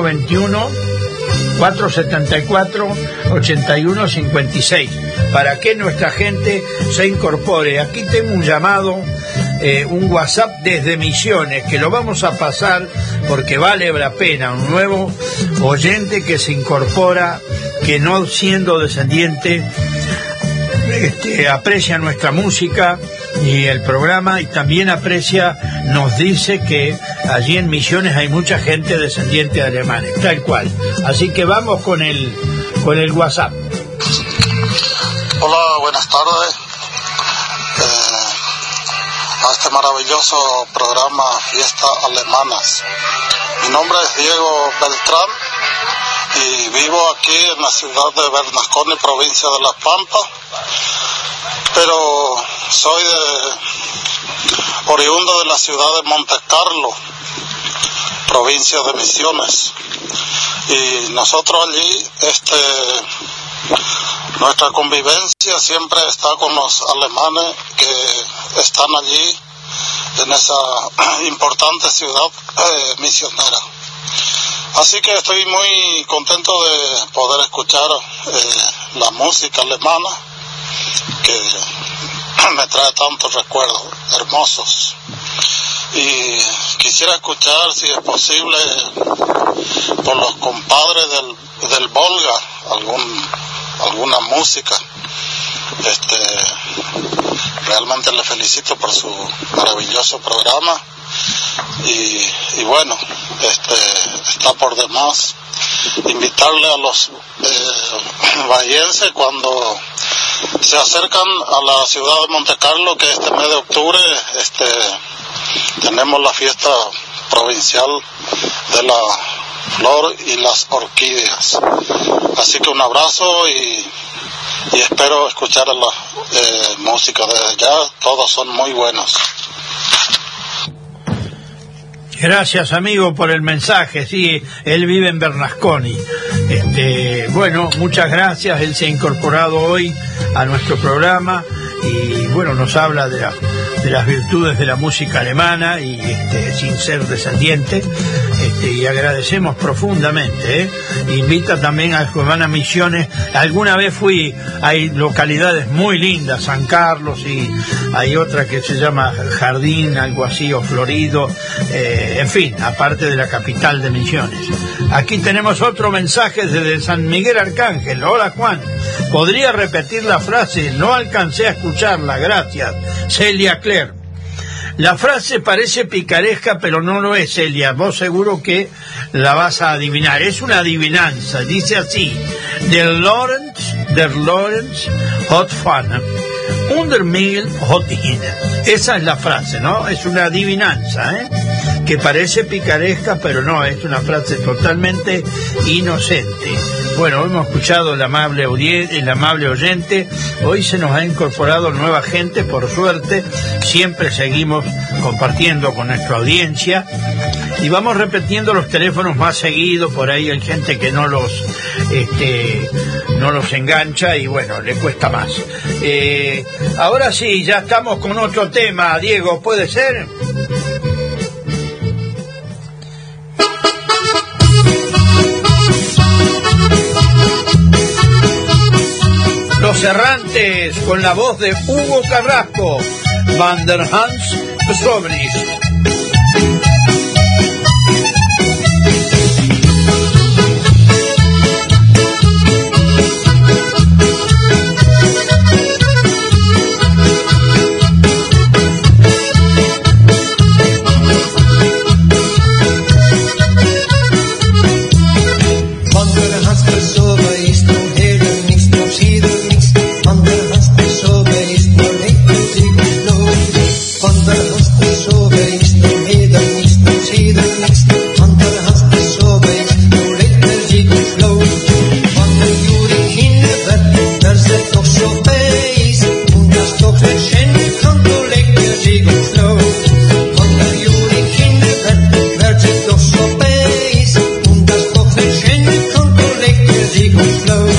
291-474-8156, para que nuestra gente se incorpore. Aquí tengo un llamado, un WhatsApp desde Misiones, que lo vamos a pasar porque vale la pena. Un nuevo oyente que se incorpora, que no siendo descendiente, aprecia nuestra música y el programa, y también nos dice que allí en Misiones hay mucha gente descendiente de alemanes, tal cual. Así que vamos con el WhatsApp. Hola, buenas tardes. A este maravilloso programa Fiestas Alemanas. Mi nombre es Diego Beltrán y vivo aquí en la ciudad de Bernasconi, provincia de Las Pampas, pero soy oriundo de la ciudad de Monte Carlo, provincia de Misiones, y nosotros allí nuestra convivencia siempre está con los alemanes que están allí en esa importante ciudad misionera. Así que estoy muy contento de poder escuchar la música alemana, que me trae tantos recuerdos hermosos. Y quisiera escuchar, si es posible, por los compadres del Volga, alguna música. Realmente le felicito por su maravilloso programa y bueno, está por demás invitarle a los bahienses, cuando se acercan a la ciudad de Monte Carlo, que este mes de octubre tenemos la fiesta provincial de la flor y las orquídeas. Así que un abrazo y espero escuchar la música de allá. Todos son muy buenos. Gracias, amigo, por el mensaje. Sí, él vive en Bernasconi. Bueno, muchas gracias. Él se ha incorporado hoy a nuestro programa y bueno, nos habla de las virtudes de la música alemana y sin ser descendiente, y agradecemos profundamente. Invita también a que van a Misiones. Alguna vez hay localidades muy lindas, San Carlos, y hay otra que se llama Jardín, algo así, o Florido, en fin, aparte de la capital de Misiones. Aquí tenemos otro mensaje desde San Miguel Arcángel. Hola, Juan, ¿podría repetir la frase? No alcancé a escucharla, gracias. Celia Cler. La frase parece picaresca, pero no lo es, Celia. Vos seguro que la vas a adivinar. Es una adivinanza. Dice así: Der Lorenz hat Pfanne, und der Mehl hat Hine. Esa es la frase, ¿no? Es una adivinanza, que parece picaresca, pero no, es una frase totalmente inocente. Bueno, hemos escuchado el amable oyente. Hoy se nos ha incorporado nueva gente, por suerte. Siempre seguimos compartiendo con nuestra audiencia y vamos repitiendo los teléfonos más seguidos. Por ahí hay gente que no los engancha y bueno, le cuesta más. Ahora sí, ya estamos con otro tema. Diego, ¿puede ser? Los Errantes, con la voz de Hugo Carrasco, Van der Hans Sobris. So schöne Kontolecker, die gut flow.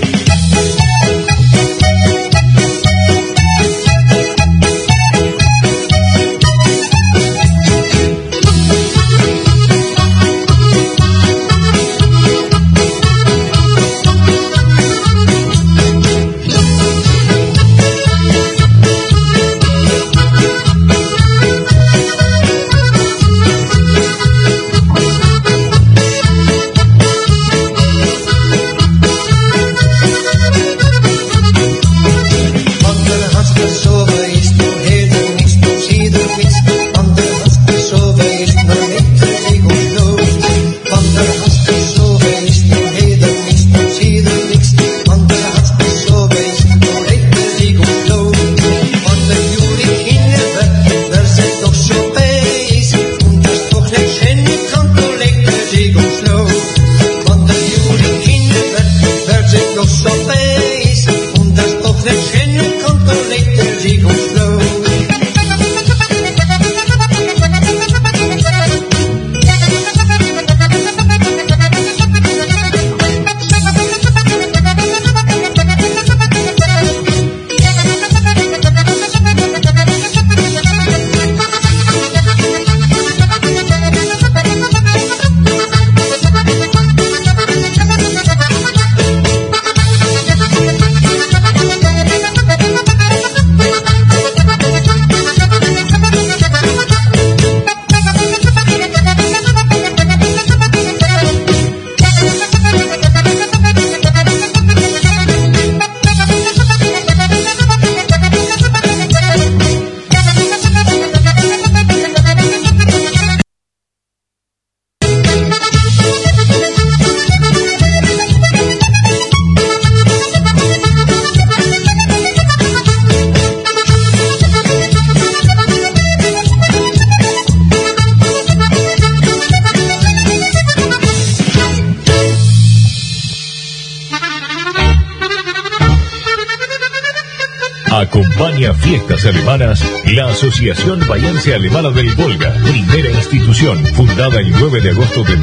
Acompaña Fiestas Alemanas la Asociación Bahiense Alemana del Volga, primera institución, fundada el 9 de agosto de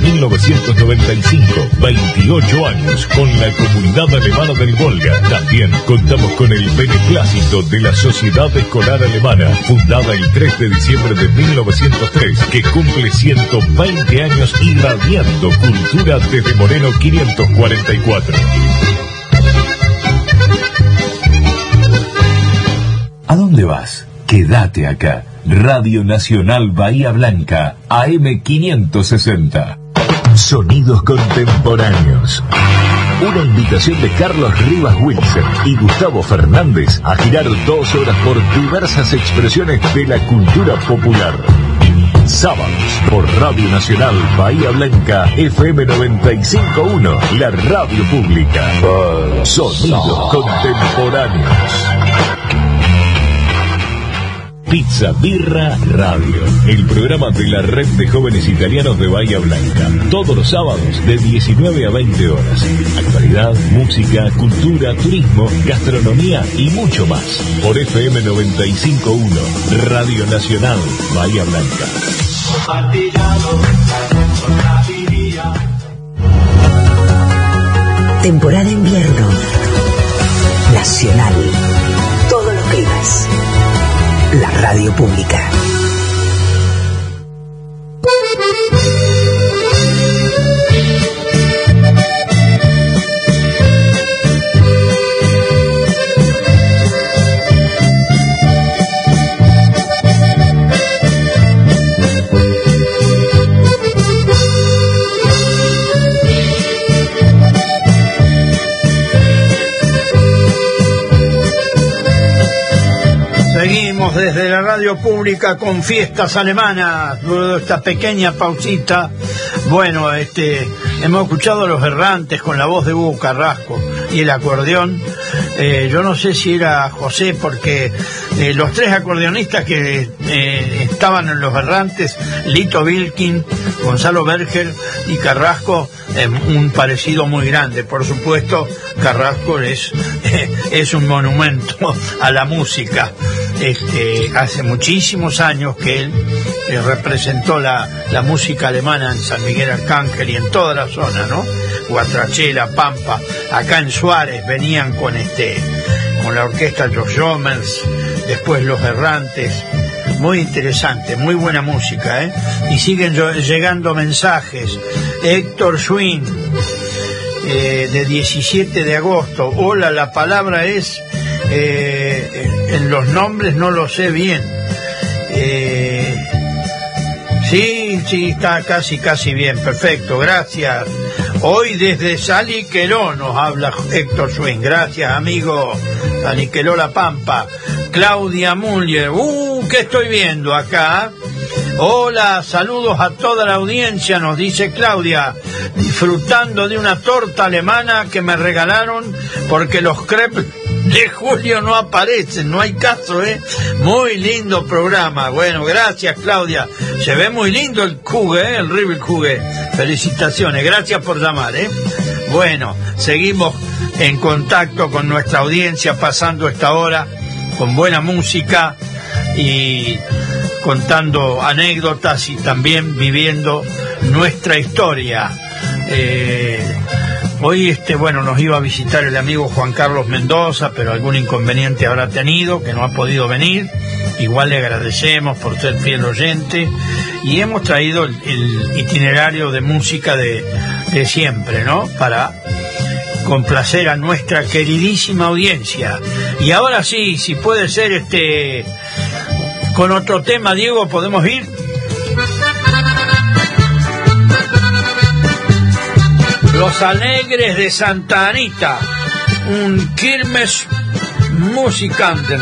1995, 28 años con la comunidad alemana del Volga. También contamos con el beneplácito de la Sociedad Escolar Alemana, fundada el 3 de diciembre de 1903, que cumple 120 años irradiando cultura desde Moreno 544. ¿A dónde vas? Quédate acá. Radio Nacional Bahía Blanca, AM 560. Sonidos contemporáneos. Una invitación de Carlos Rivas Wilson y Gustavo Fernández a girar 2 horas por diversas expresiones de la cultura popular. Sábados por Radio Nacional Bahía Blanca, FM 95.1, la radio pública. Sonidos contemporáneos. Pizza Birra Radio, el programa de la Red de Jóvenes Italianos de Bahía Blanca. Todos los sábados de 19 a 20 horas. Actualidad, música, cultura, turismo, gastronomía y mucho más. Por FM 95.1, Radio Nacional Bahía Blanca. Temporada invierno. Nacional. Todos los climas. La radio pública. Seguimos desde la radio pública con Fiestas Alemanas, luego de esta pequeña pausita. Bueno, hemos escuchado a Los Errantes con la voz de Hugo Carrasco y el acordeón. Yo no sé si era José, porque los 3 acordeonistas que estaban en Los Errantes, Lito Wilkin, Gonzalo Berger y Carrasco, un parecido muy grande. Por supuesto, Carrasco es un monumento a la música. hace muchísimos años que él representó la música alemana en San Miguel Arcángel y en toda la zona, ¿no? Guatrachela, Pampa, acá en Suárez venían con la orquesta Los Jomers, después Los Errantes. Muy interesante, muy buena música, ¿eh? Y siguen llegando mensajes. Héctor Swing, de 17 de agosto. Hola, la palabra es, en los nombres no lo sé bien. Sí, está casi bien, perfecto, gracias. Hoy desde Saliqueló nos habla Héctor Swing, gracias amigo. Saliqueló La Pampa. Claudia Muller, ¿qué estoy viendo acá? Hola, saludos a toda la audiencia, nos dice Claudia, disfrutando de una torta alemana que me regalaron porque los crepes de Julio no aparecen, no hay caso, ¿eh? Muy lindo programa. Bueno, gracias Claudia, se ve muy lindo el Kuge, el River Kuge. Felicitaciones, gracias por llamar, ¿eh? Bueno, seguimos en contacto con nuestra audiencia, pasando esta hora con buena música y contando anécdotas y también viviendo nuestra historia. Hoy nos iba a visitar el amigo Juan Carlos Mendoza, pero algún inconveniente habrá tenido, que no ha podido venir. Igual le agradecemos por ser fiel oyente y hemos traído el itinerario de música de siempre, ¿no? Para complacer a nuestra queridísima audiencia. Y ahora sí, si puede ser con otro tema, Diego, ¿podemos ir? Los Alegres de Santa Anita, un Kirmes Musikanten.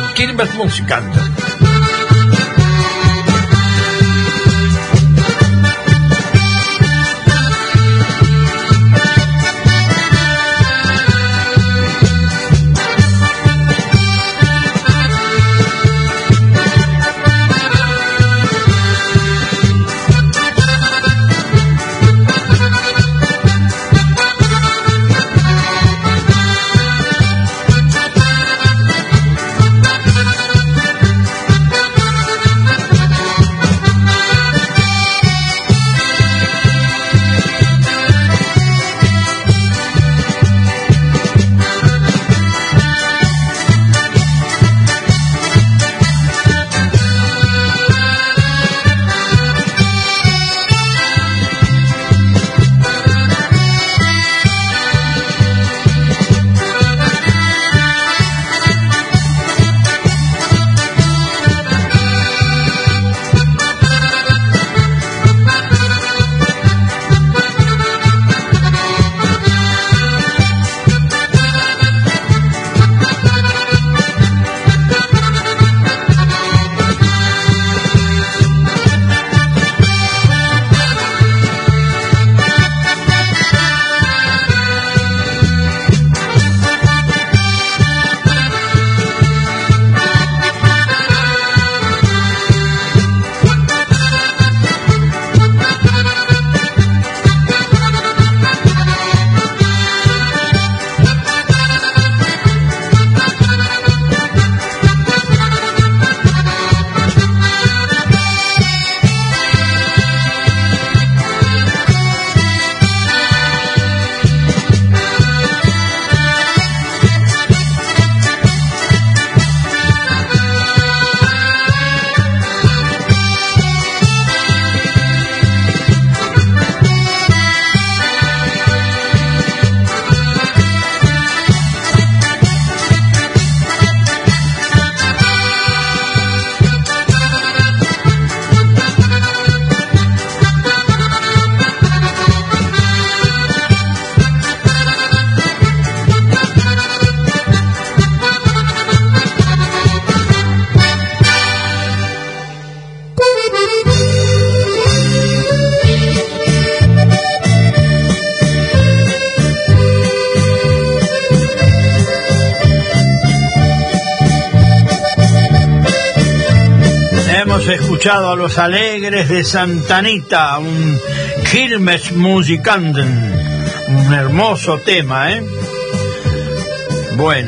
Escuchado a Los Alegres de Santa Anita, un Kirmes Musikanten, un hermoso tema, ¿eh? Bueno,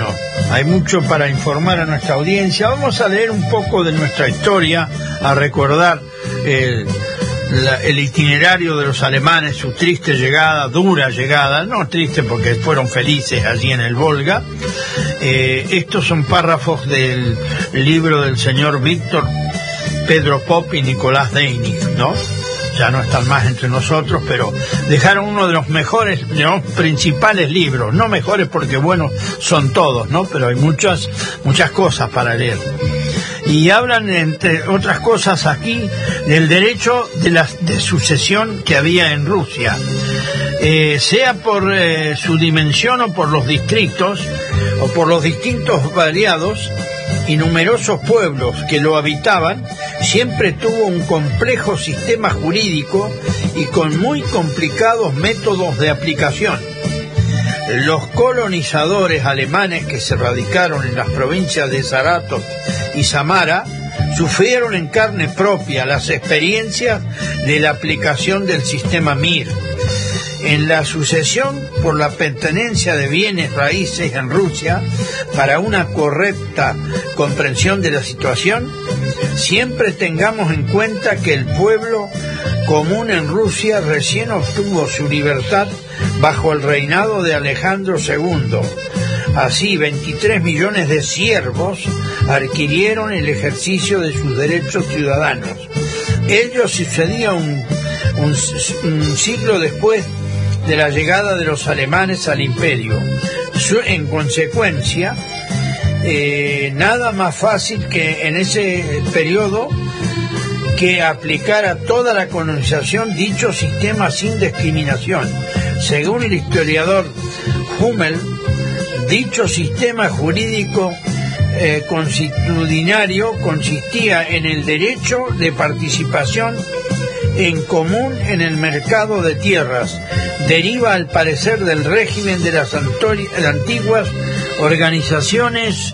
hay mucho para informar a nuestra audiencia. Vamos a leer un poco de nuestra historia, a recordar el itinerario de los alemanes, su triste llegada, dura llegada, no triste porque fueron felices allí en el Volga. Estos son párrafos del libro del señor Víctor Pedro Pop y Nicolás Deinig, ¿no? Ya no están más entre nosotros, pero dejaron uno de los mejores, de los principales libros, no mejores porque bueno, son todos, ¿no? Pero hay muchas cosas para leer. Y hablan, entre otras cosas aquí, del derecho de sucesión que había en Rusia. Sea por su dimensión o por los distritos, o por los distintos variados y numerosos pueblos que lo habitaban, siempre tuvo un complejo sistema jurídico y con muy complicados métodos de aplicación. Los colonizadores alemanes que se radicaron en las provincias de Saratov y Samara sufrieron en carne propia las experiencias de la aplicación del sistema Mir. En la sucesión por la pertenencia de bienes raíces en Rusia, para una correcta comprensión de la situación, siempre tengamos en cuenta que el pueblo común en Rusia recién obtuvo su libertad bajo el reinado de Alejandro II. Así, 23 millones de siervos adquirieron el ejercicio de sus derechos ciudadanos. Ello sucedía un siglo después de la llegada de los alemanes al imperio. En consecuencia, nada más fácil que en ese periodo que aplicar a toda la colonización dicho sistema sin discriminación. Según el historiador Hummel, dicho sistema jurídico consuetudinario consistía en el derecho de participación en común en el mercado de tierras. Deriva al parecer del régimen de las antiguas organizaciones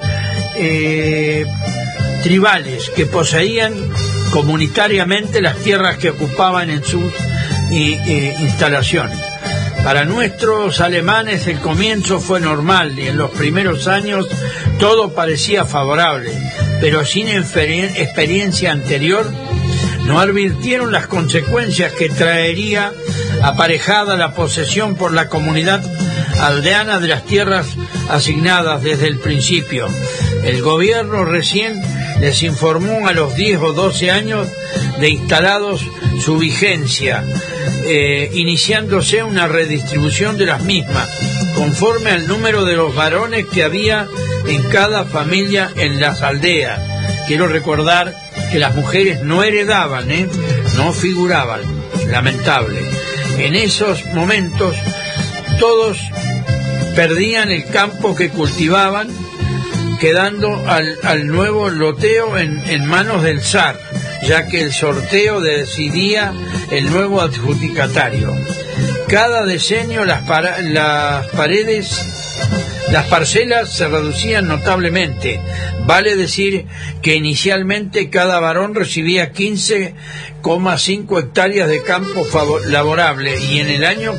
tribales que poseían comunitariamente las tierras que ocupaban en su instalación. Para nuestros alemanes el comienzo fue normal y en los primeros años todo parecía favorable, pero sin experiencia anterior no advirtieron las consecuencias que traería aparejada la posesión por la comunidad aldeana de las tierras asignadas desde el principio. El gobierno recién les informó a los 10 o 12 años de instalados su vigencia, iniciándose una redistribución de las mismas, conforme al número de los varones que había en cada familia en las aldeas. Quiero recordar que las mujeres no heredaban, no figuraban, lamentable. En esos momentos todos perdían el campo que cultivaban, quedando al nuevo loteo en manos del zar, ya que el sorteo decidía el nuevo adjudicatario. Cada decenio las parcelas se reducían notablemente. Vale decir que inicialmente cada varón recibía 15,5 hectáreas de campo laborable y en el año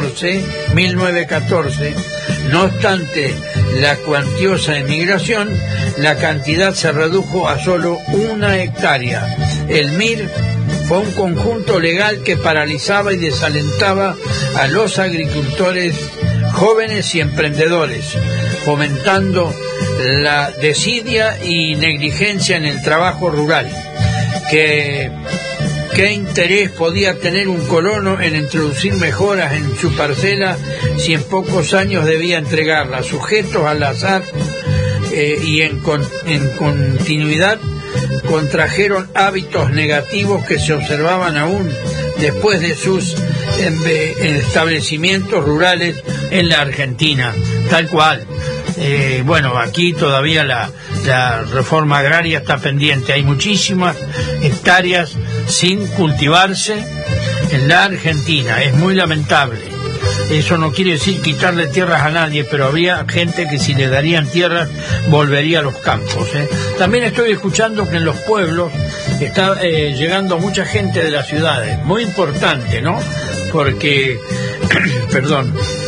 1914, no obstante la cuantiosa emigración, la cantidad se redujo a solo 1 hectárea. El MIR fue un conjunto legal que paralizaba y desalentaba a los agricultores jóvenes y emprendedores, fomentando la desidia y negligencia en el trabajo rural. ¿Qué interés podía tener un colono en introducir mejoras en su parcela si en pocos años debía entregarla, sujetos al azar y en continuidad contrajeron hábitos negativos que se observaban aún después de sus establecimientos rurales en la Argentina, tal cual. Bueno, aquí todavía la reforma agraria está pendiente. Hay muchísimas hectáreas sin cultivarse en la Argentina. Es muy lamentable. Eso no quiere decir quitarle tierras a nadie, pero habría gente que si le darían tierras volvería a los campos. También estoy escuchando que en los pueblos está llegando mucha gente de las ciudades. Muy importante, ¿no? Porque, perdón,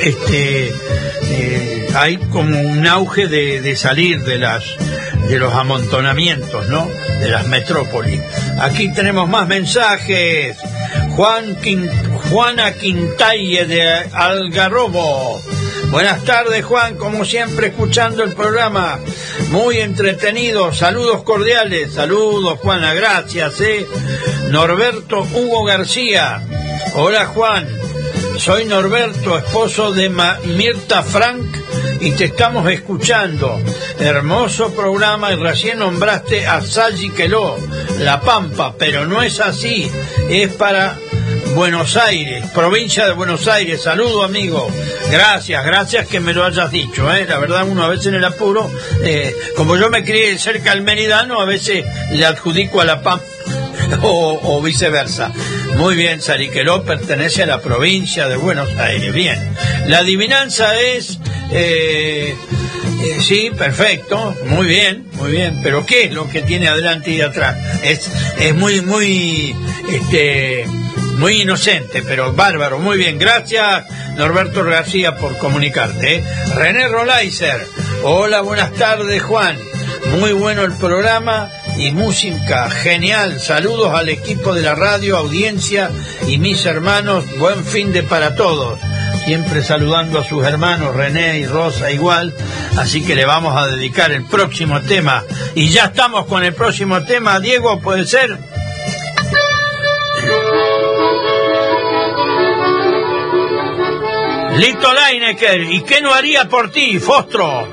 hay como un auge de salir de los amontonamientos, ¿no? De las metrópolis. Aquí tenemos más mensajes. Juana Quintalle de Algarrobo. Buenas tardes, Juan, como siempre escuchando el programa, muy entretenido, saludos cordiales. Saludos, Juana, gracias. Norberto Hugo García. Hola, Juan, soy Norberto, esposo de Mirta Frank, y te estamos escuchando. Hermoso programa, y recién nombraste a Salli Queló, La Pampa, pero no es así, es para Buenos Aires, provincia de Buenos Aires. Saludo, amigo. Gracias que me lo hayas dicho, La verdad, uno a veces en el apuro, como yo me crié cerca del Meridano, a veces le adjudico a La Pampa o viceversa. Muy bien, Sariqueló pertenece a la provincia de Buenos Aires. Bien, la adivinanza es sí, perfecto, muy bien, pero ¿qué es lo que tiene adelante y atrás? Es muy inocente, pero bárbaro. Muy bien, gracias, Norberto García, por comunicarte. René Rolaiser. Hola, buenas tardes, Juan. Muy bueno el programa y música genial. Saludos al equipo de la radio, audiencia y mis hermanos. Buen fin de para todos. Siempre saludando a sus hermanos, René y Rosa igual. Así que le vamos a dedicar el próximo tema. Y ya estamos con el próximo tema. Diego, ¿puede ser? Lito Lineker, ¿y qué no haría por ti, Fostro?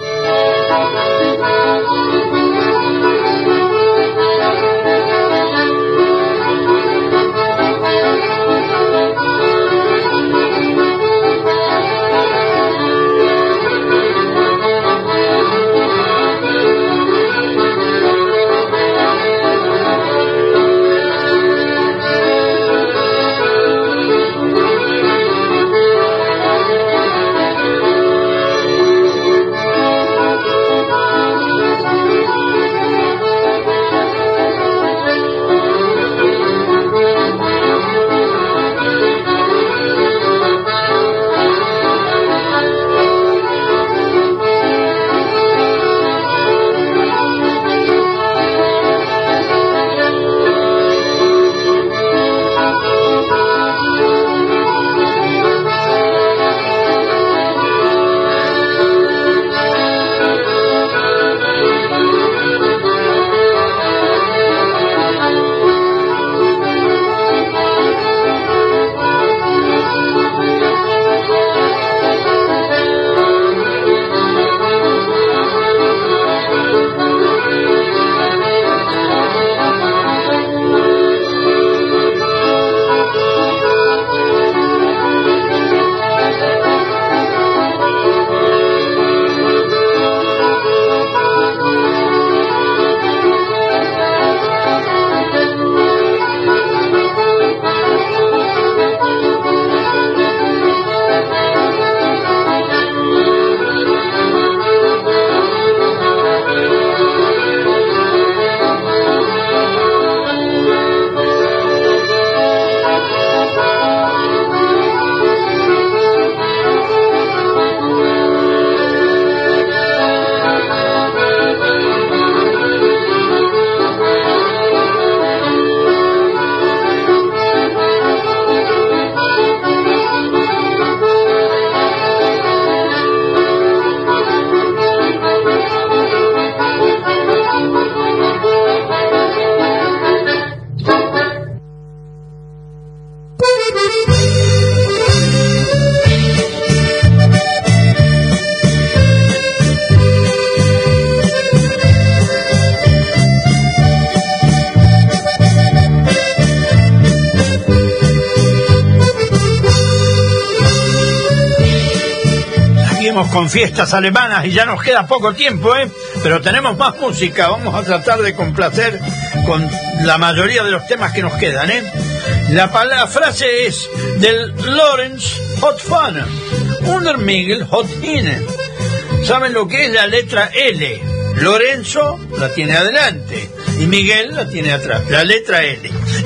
Con fiestas alemanas y ya nos queda poco tiempo, pero tenemos más música. Vamos a tratar de complacer con la mayoría de los temas que nos quedan, La frase es del Lorenz Hot Fun, Under Miguel Hot Hine. ¿Saben lo que es la letra L? Lorenzo la tiene adelante y Miguel la tiene atrás, la letra L.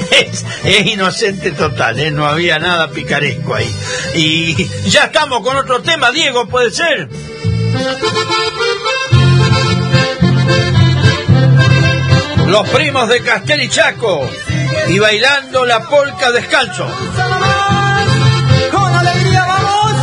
Es inocente total, no había nada picaresco ahí. Y ya estamos con otro tema, Diego, ¿puede ser? Los primos de Castel y Chaco y bailando la polca descalzo. Con alegría vamos,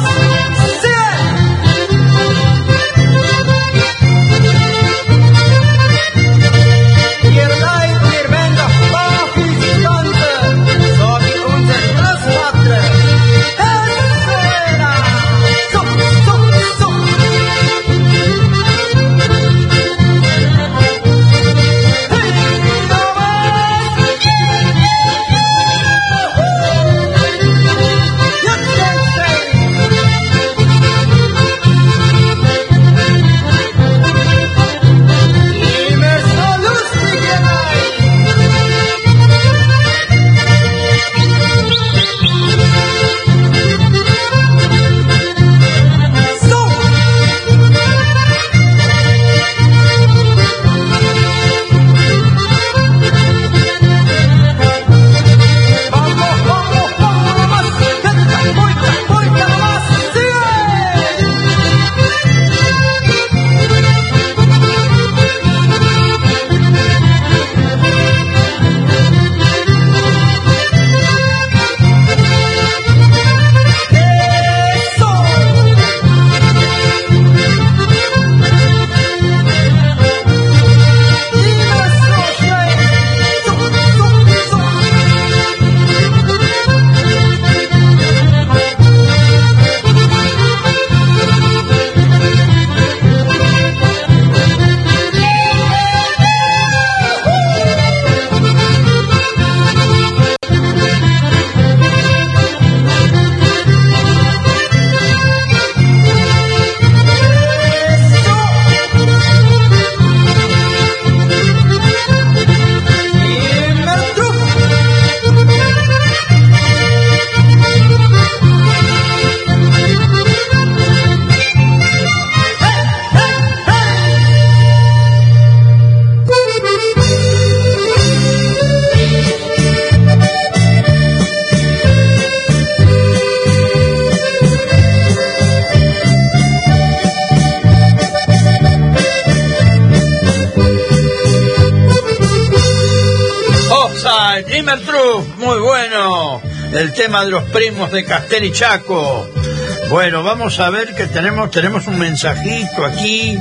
Muy bueno, el tema de los primos de Castel y Chaco. Bueno, vamos a ver que tenemos un mensajito aquí.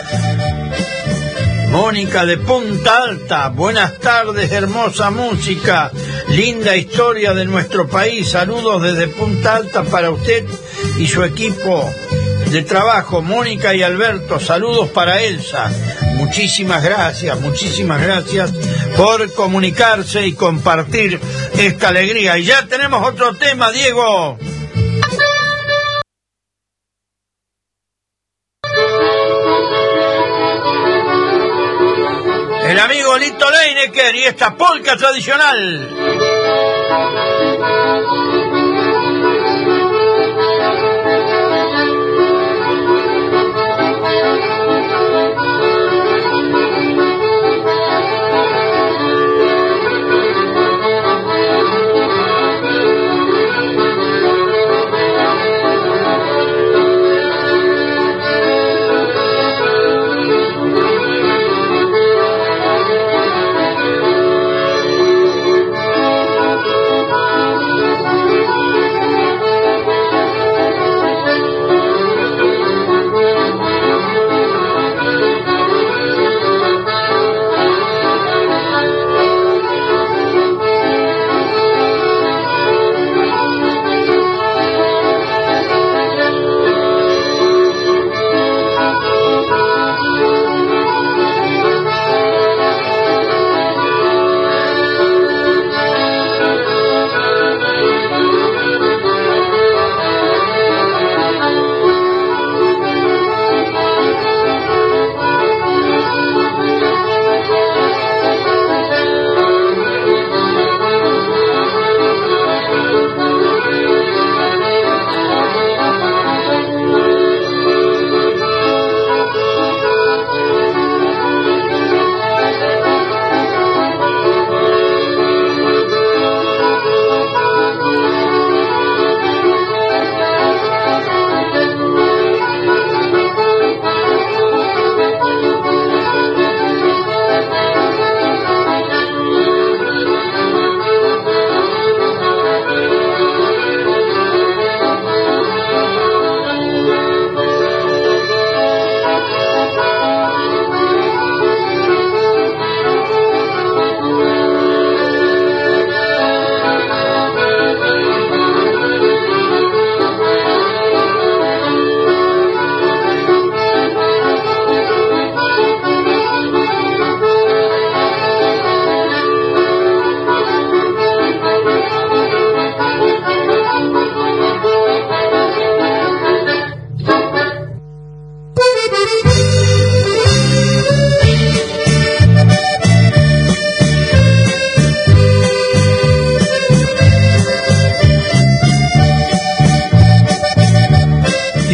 Mónica de Punta Alta, buenas tardes, hermosa música, linda historia de nuestro país, saludos desde Punta Alta para usted y su equipo de trabajo, Mónica y Alberto, saludos para Elsa. Muchísimas gracias por comunicarse y compartir esta alegría. Y ya tenemos otro tema, Diego. El amigo Lito Leinecker y esta polca tradicional.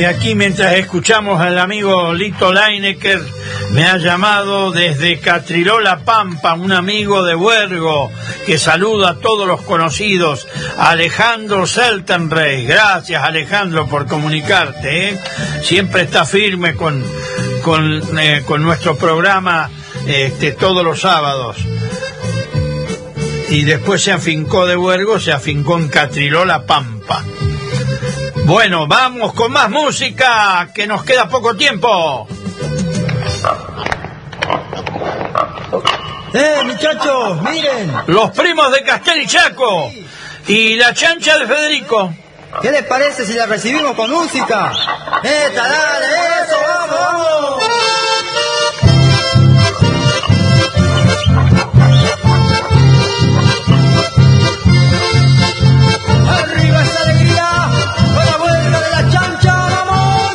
aquí mientras escuchamos al amigo Lito Leinecker, me ha llamado desde Catriló-La Pampa un amigo de Huergo que saluda a todos los conocidos, Alejandro Seltenrey. Gracias, Alejandro, por comunicarte, ¿eh? Siempre está firme con nuestro programa todos los sábados. Y después se afincó de Huergo, se afincó en Catriló-La Pampa. Bueno, vamos con más música, que nos queda poco tiempo. Muchachos, miren. Los primos de Castel y Chaco y la chancha de Federico. ¿Qué les parece si la recibimos con música? Dale, eso, vamos. Arriba esa alegría, con la vuelta de la chancha, vamos.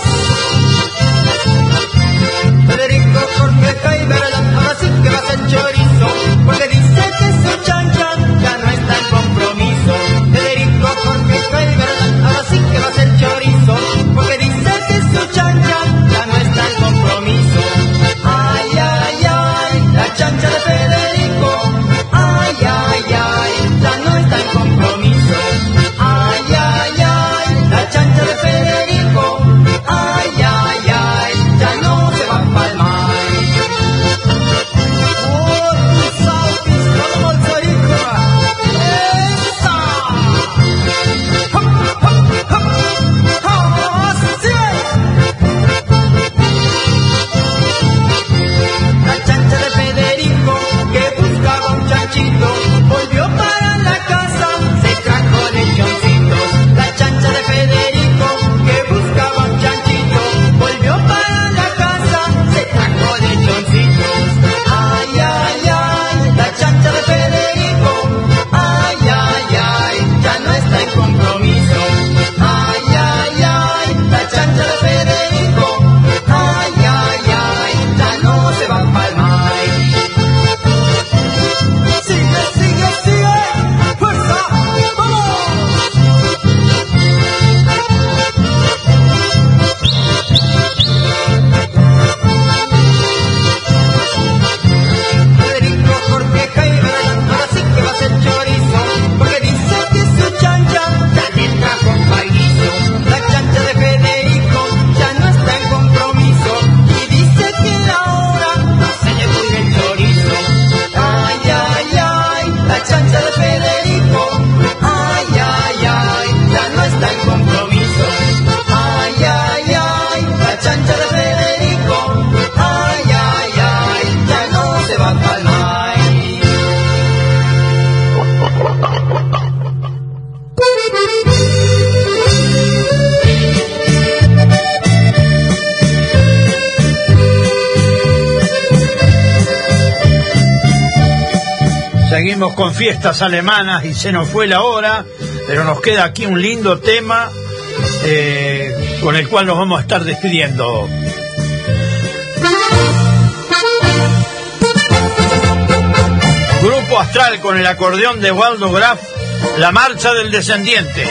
Federico, Jorge, Jaime, ahora sí que va a ser chorizo, porque dice que su chancha ya no está en compromiso. Federico, Jorge, Jaime, ahora sí que va a ser chorizo, porque dice que su chancha ya no está en compromiso. Ay, ay, ay, la chancha de Federico. Ay, ay, ay, ya no está en compromiso. Ay, ay, ay, la chancha de Federico. Ay, ay, ay, ya no se va a palmar. Volvió para la casa, se trajo lechoncitos. La chancha de Federico, que buscaba un chanchito, volvió para la casa, se trajo lechoncitos. Ay, ay, ay, la chancha de Federico. Ay, ay, ay, ya no está en compromiso. Ay, ay, ay, la chancha de Federico. Ay, ay, ay, ya no se va a palmar. Seguimos con fiestas alemanas y se nos fue la hora, pero nos queda aquí un lindo tema con el cual nos vamos a estar despidiendo. Grupo Astral con el acordeón de Waldo Graf, La Marcha del Descendiente.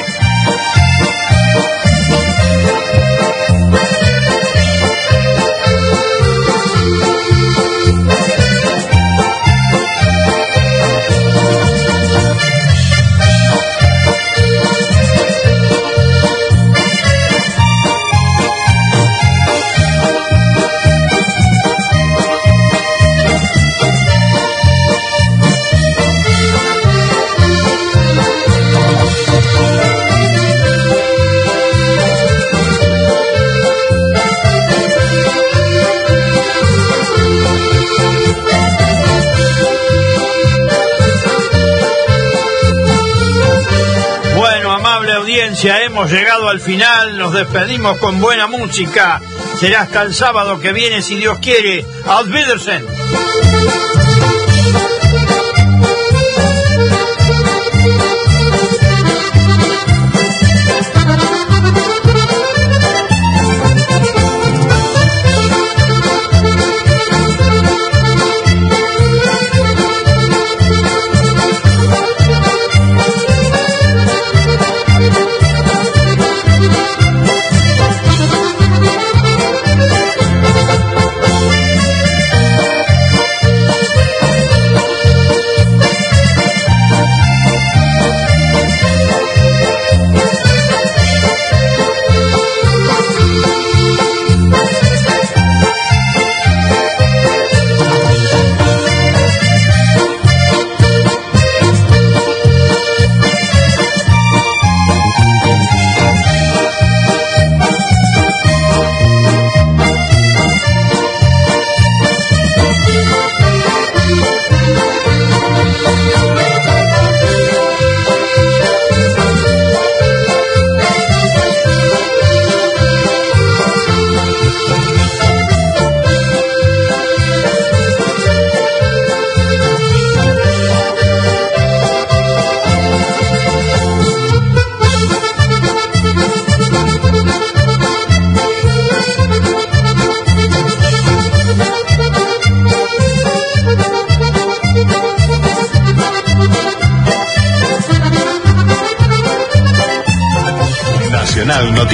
Hemos llegado al final, nos despedimos con buena música. Será hasta el sábado que viene, si Dios quiere. Auf Wiedersehen. Nacional Noticias.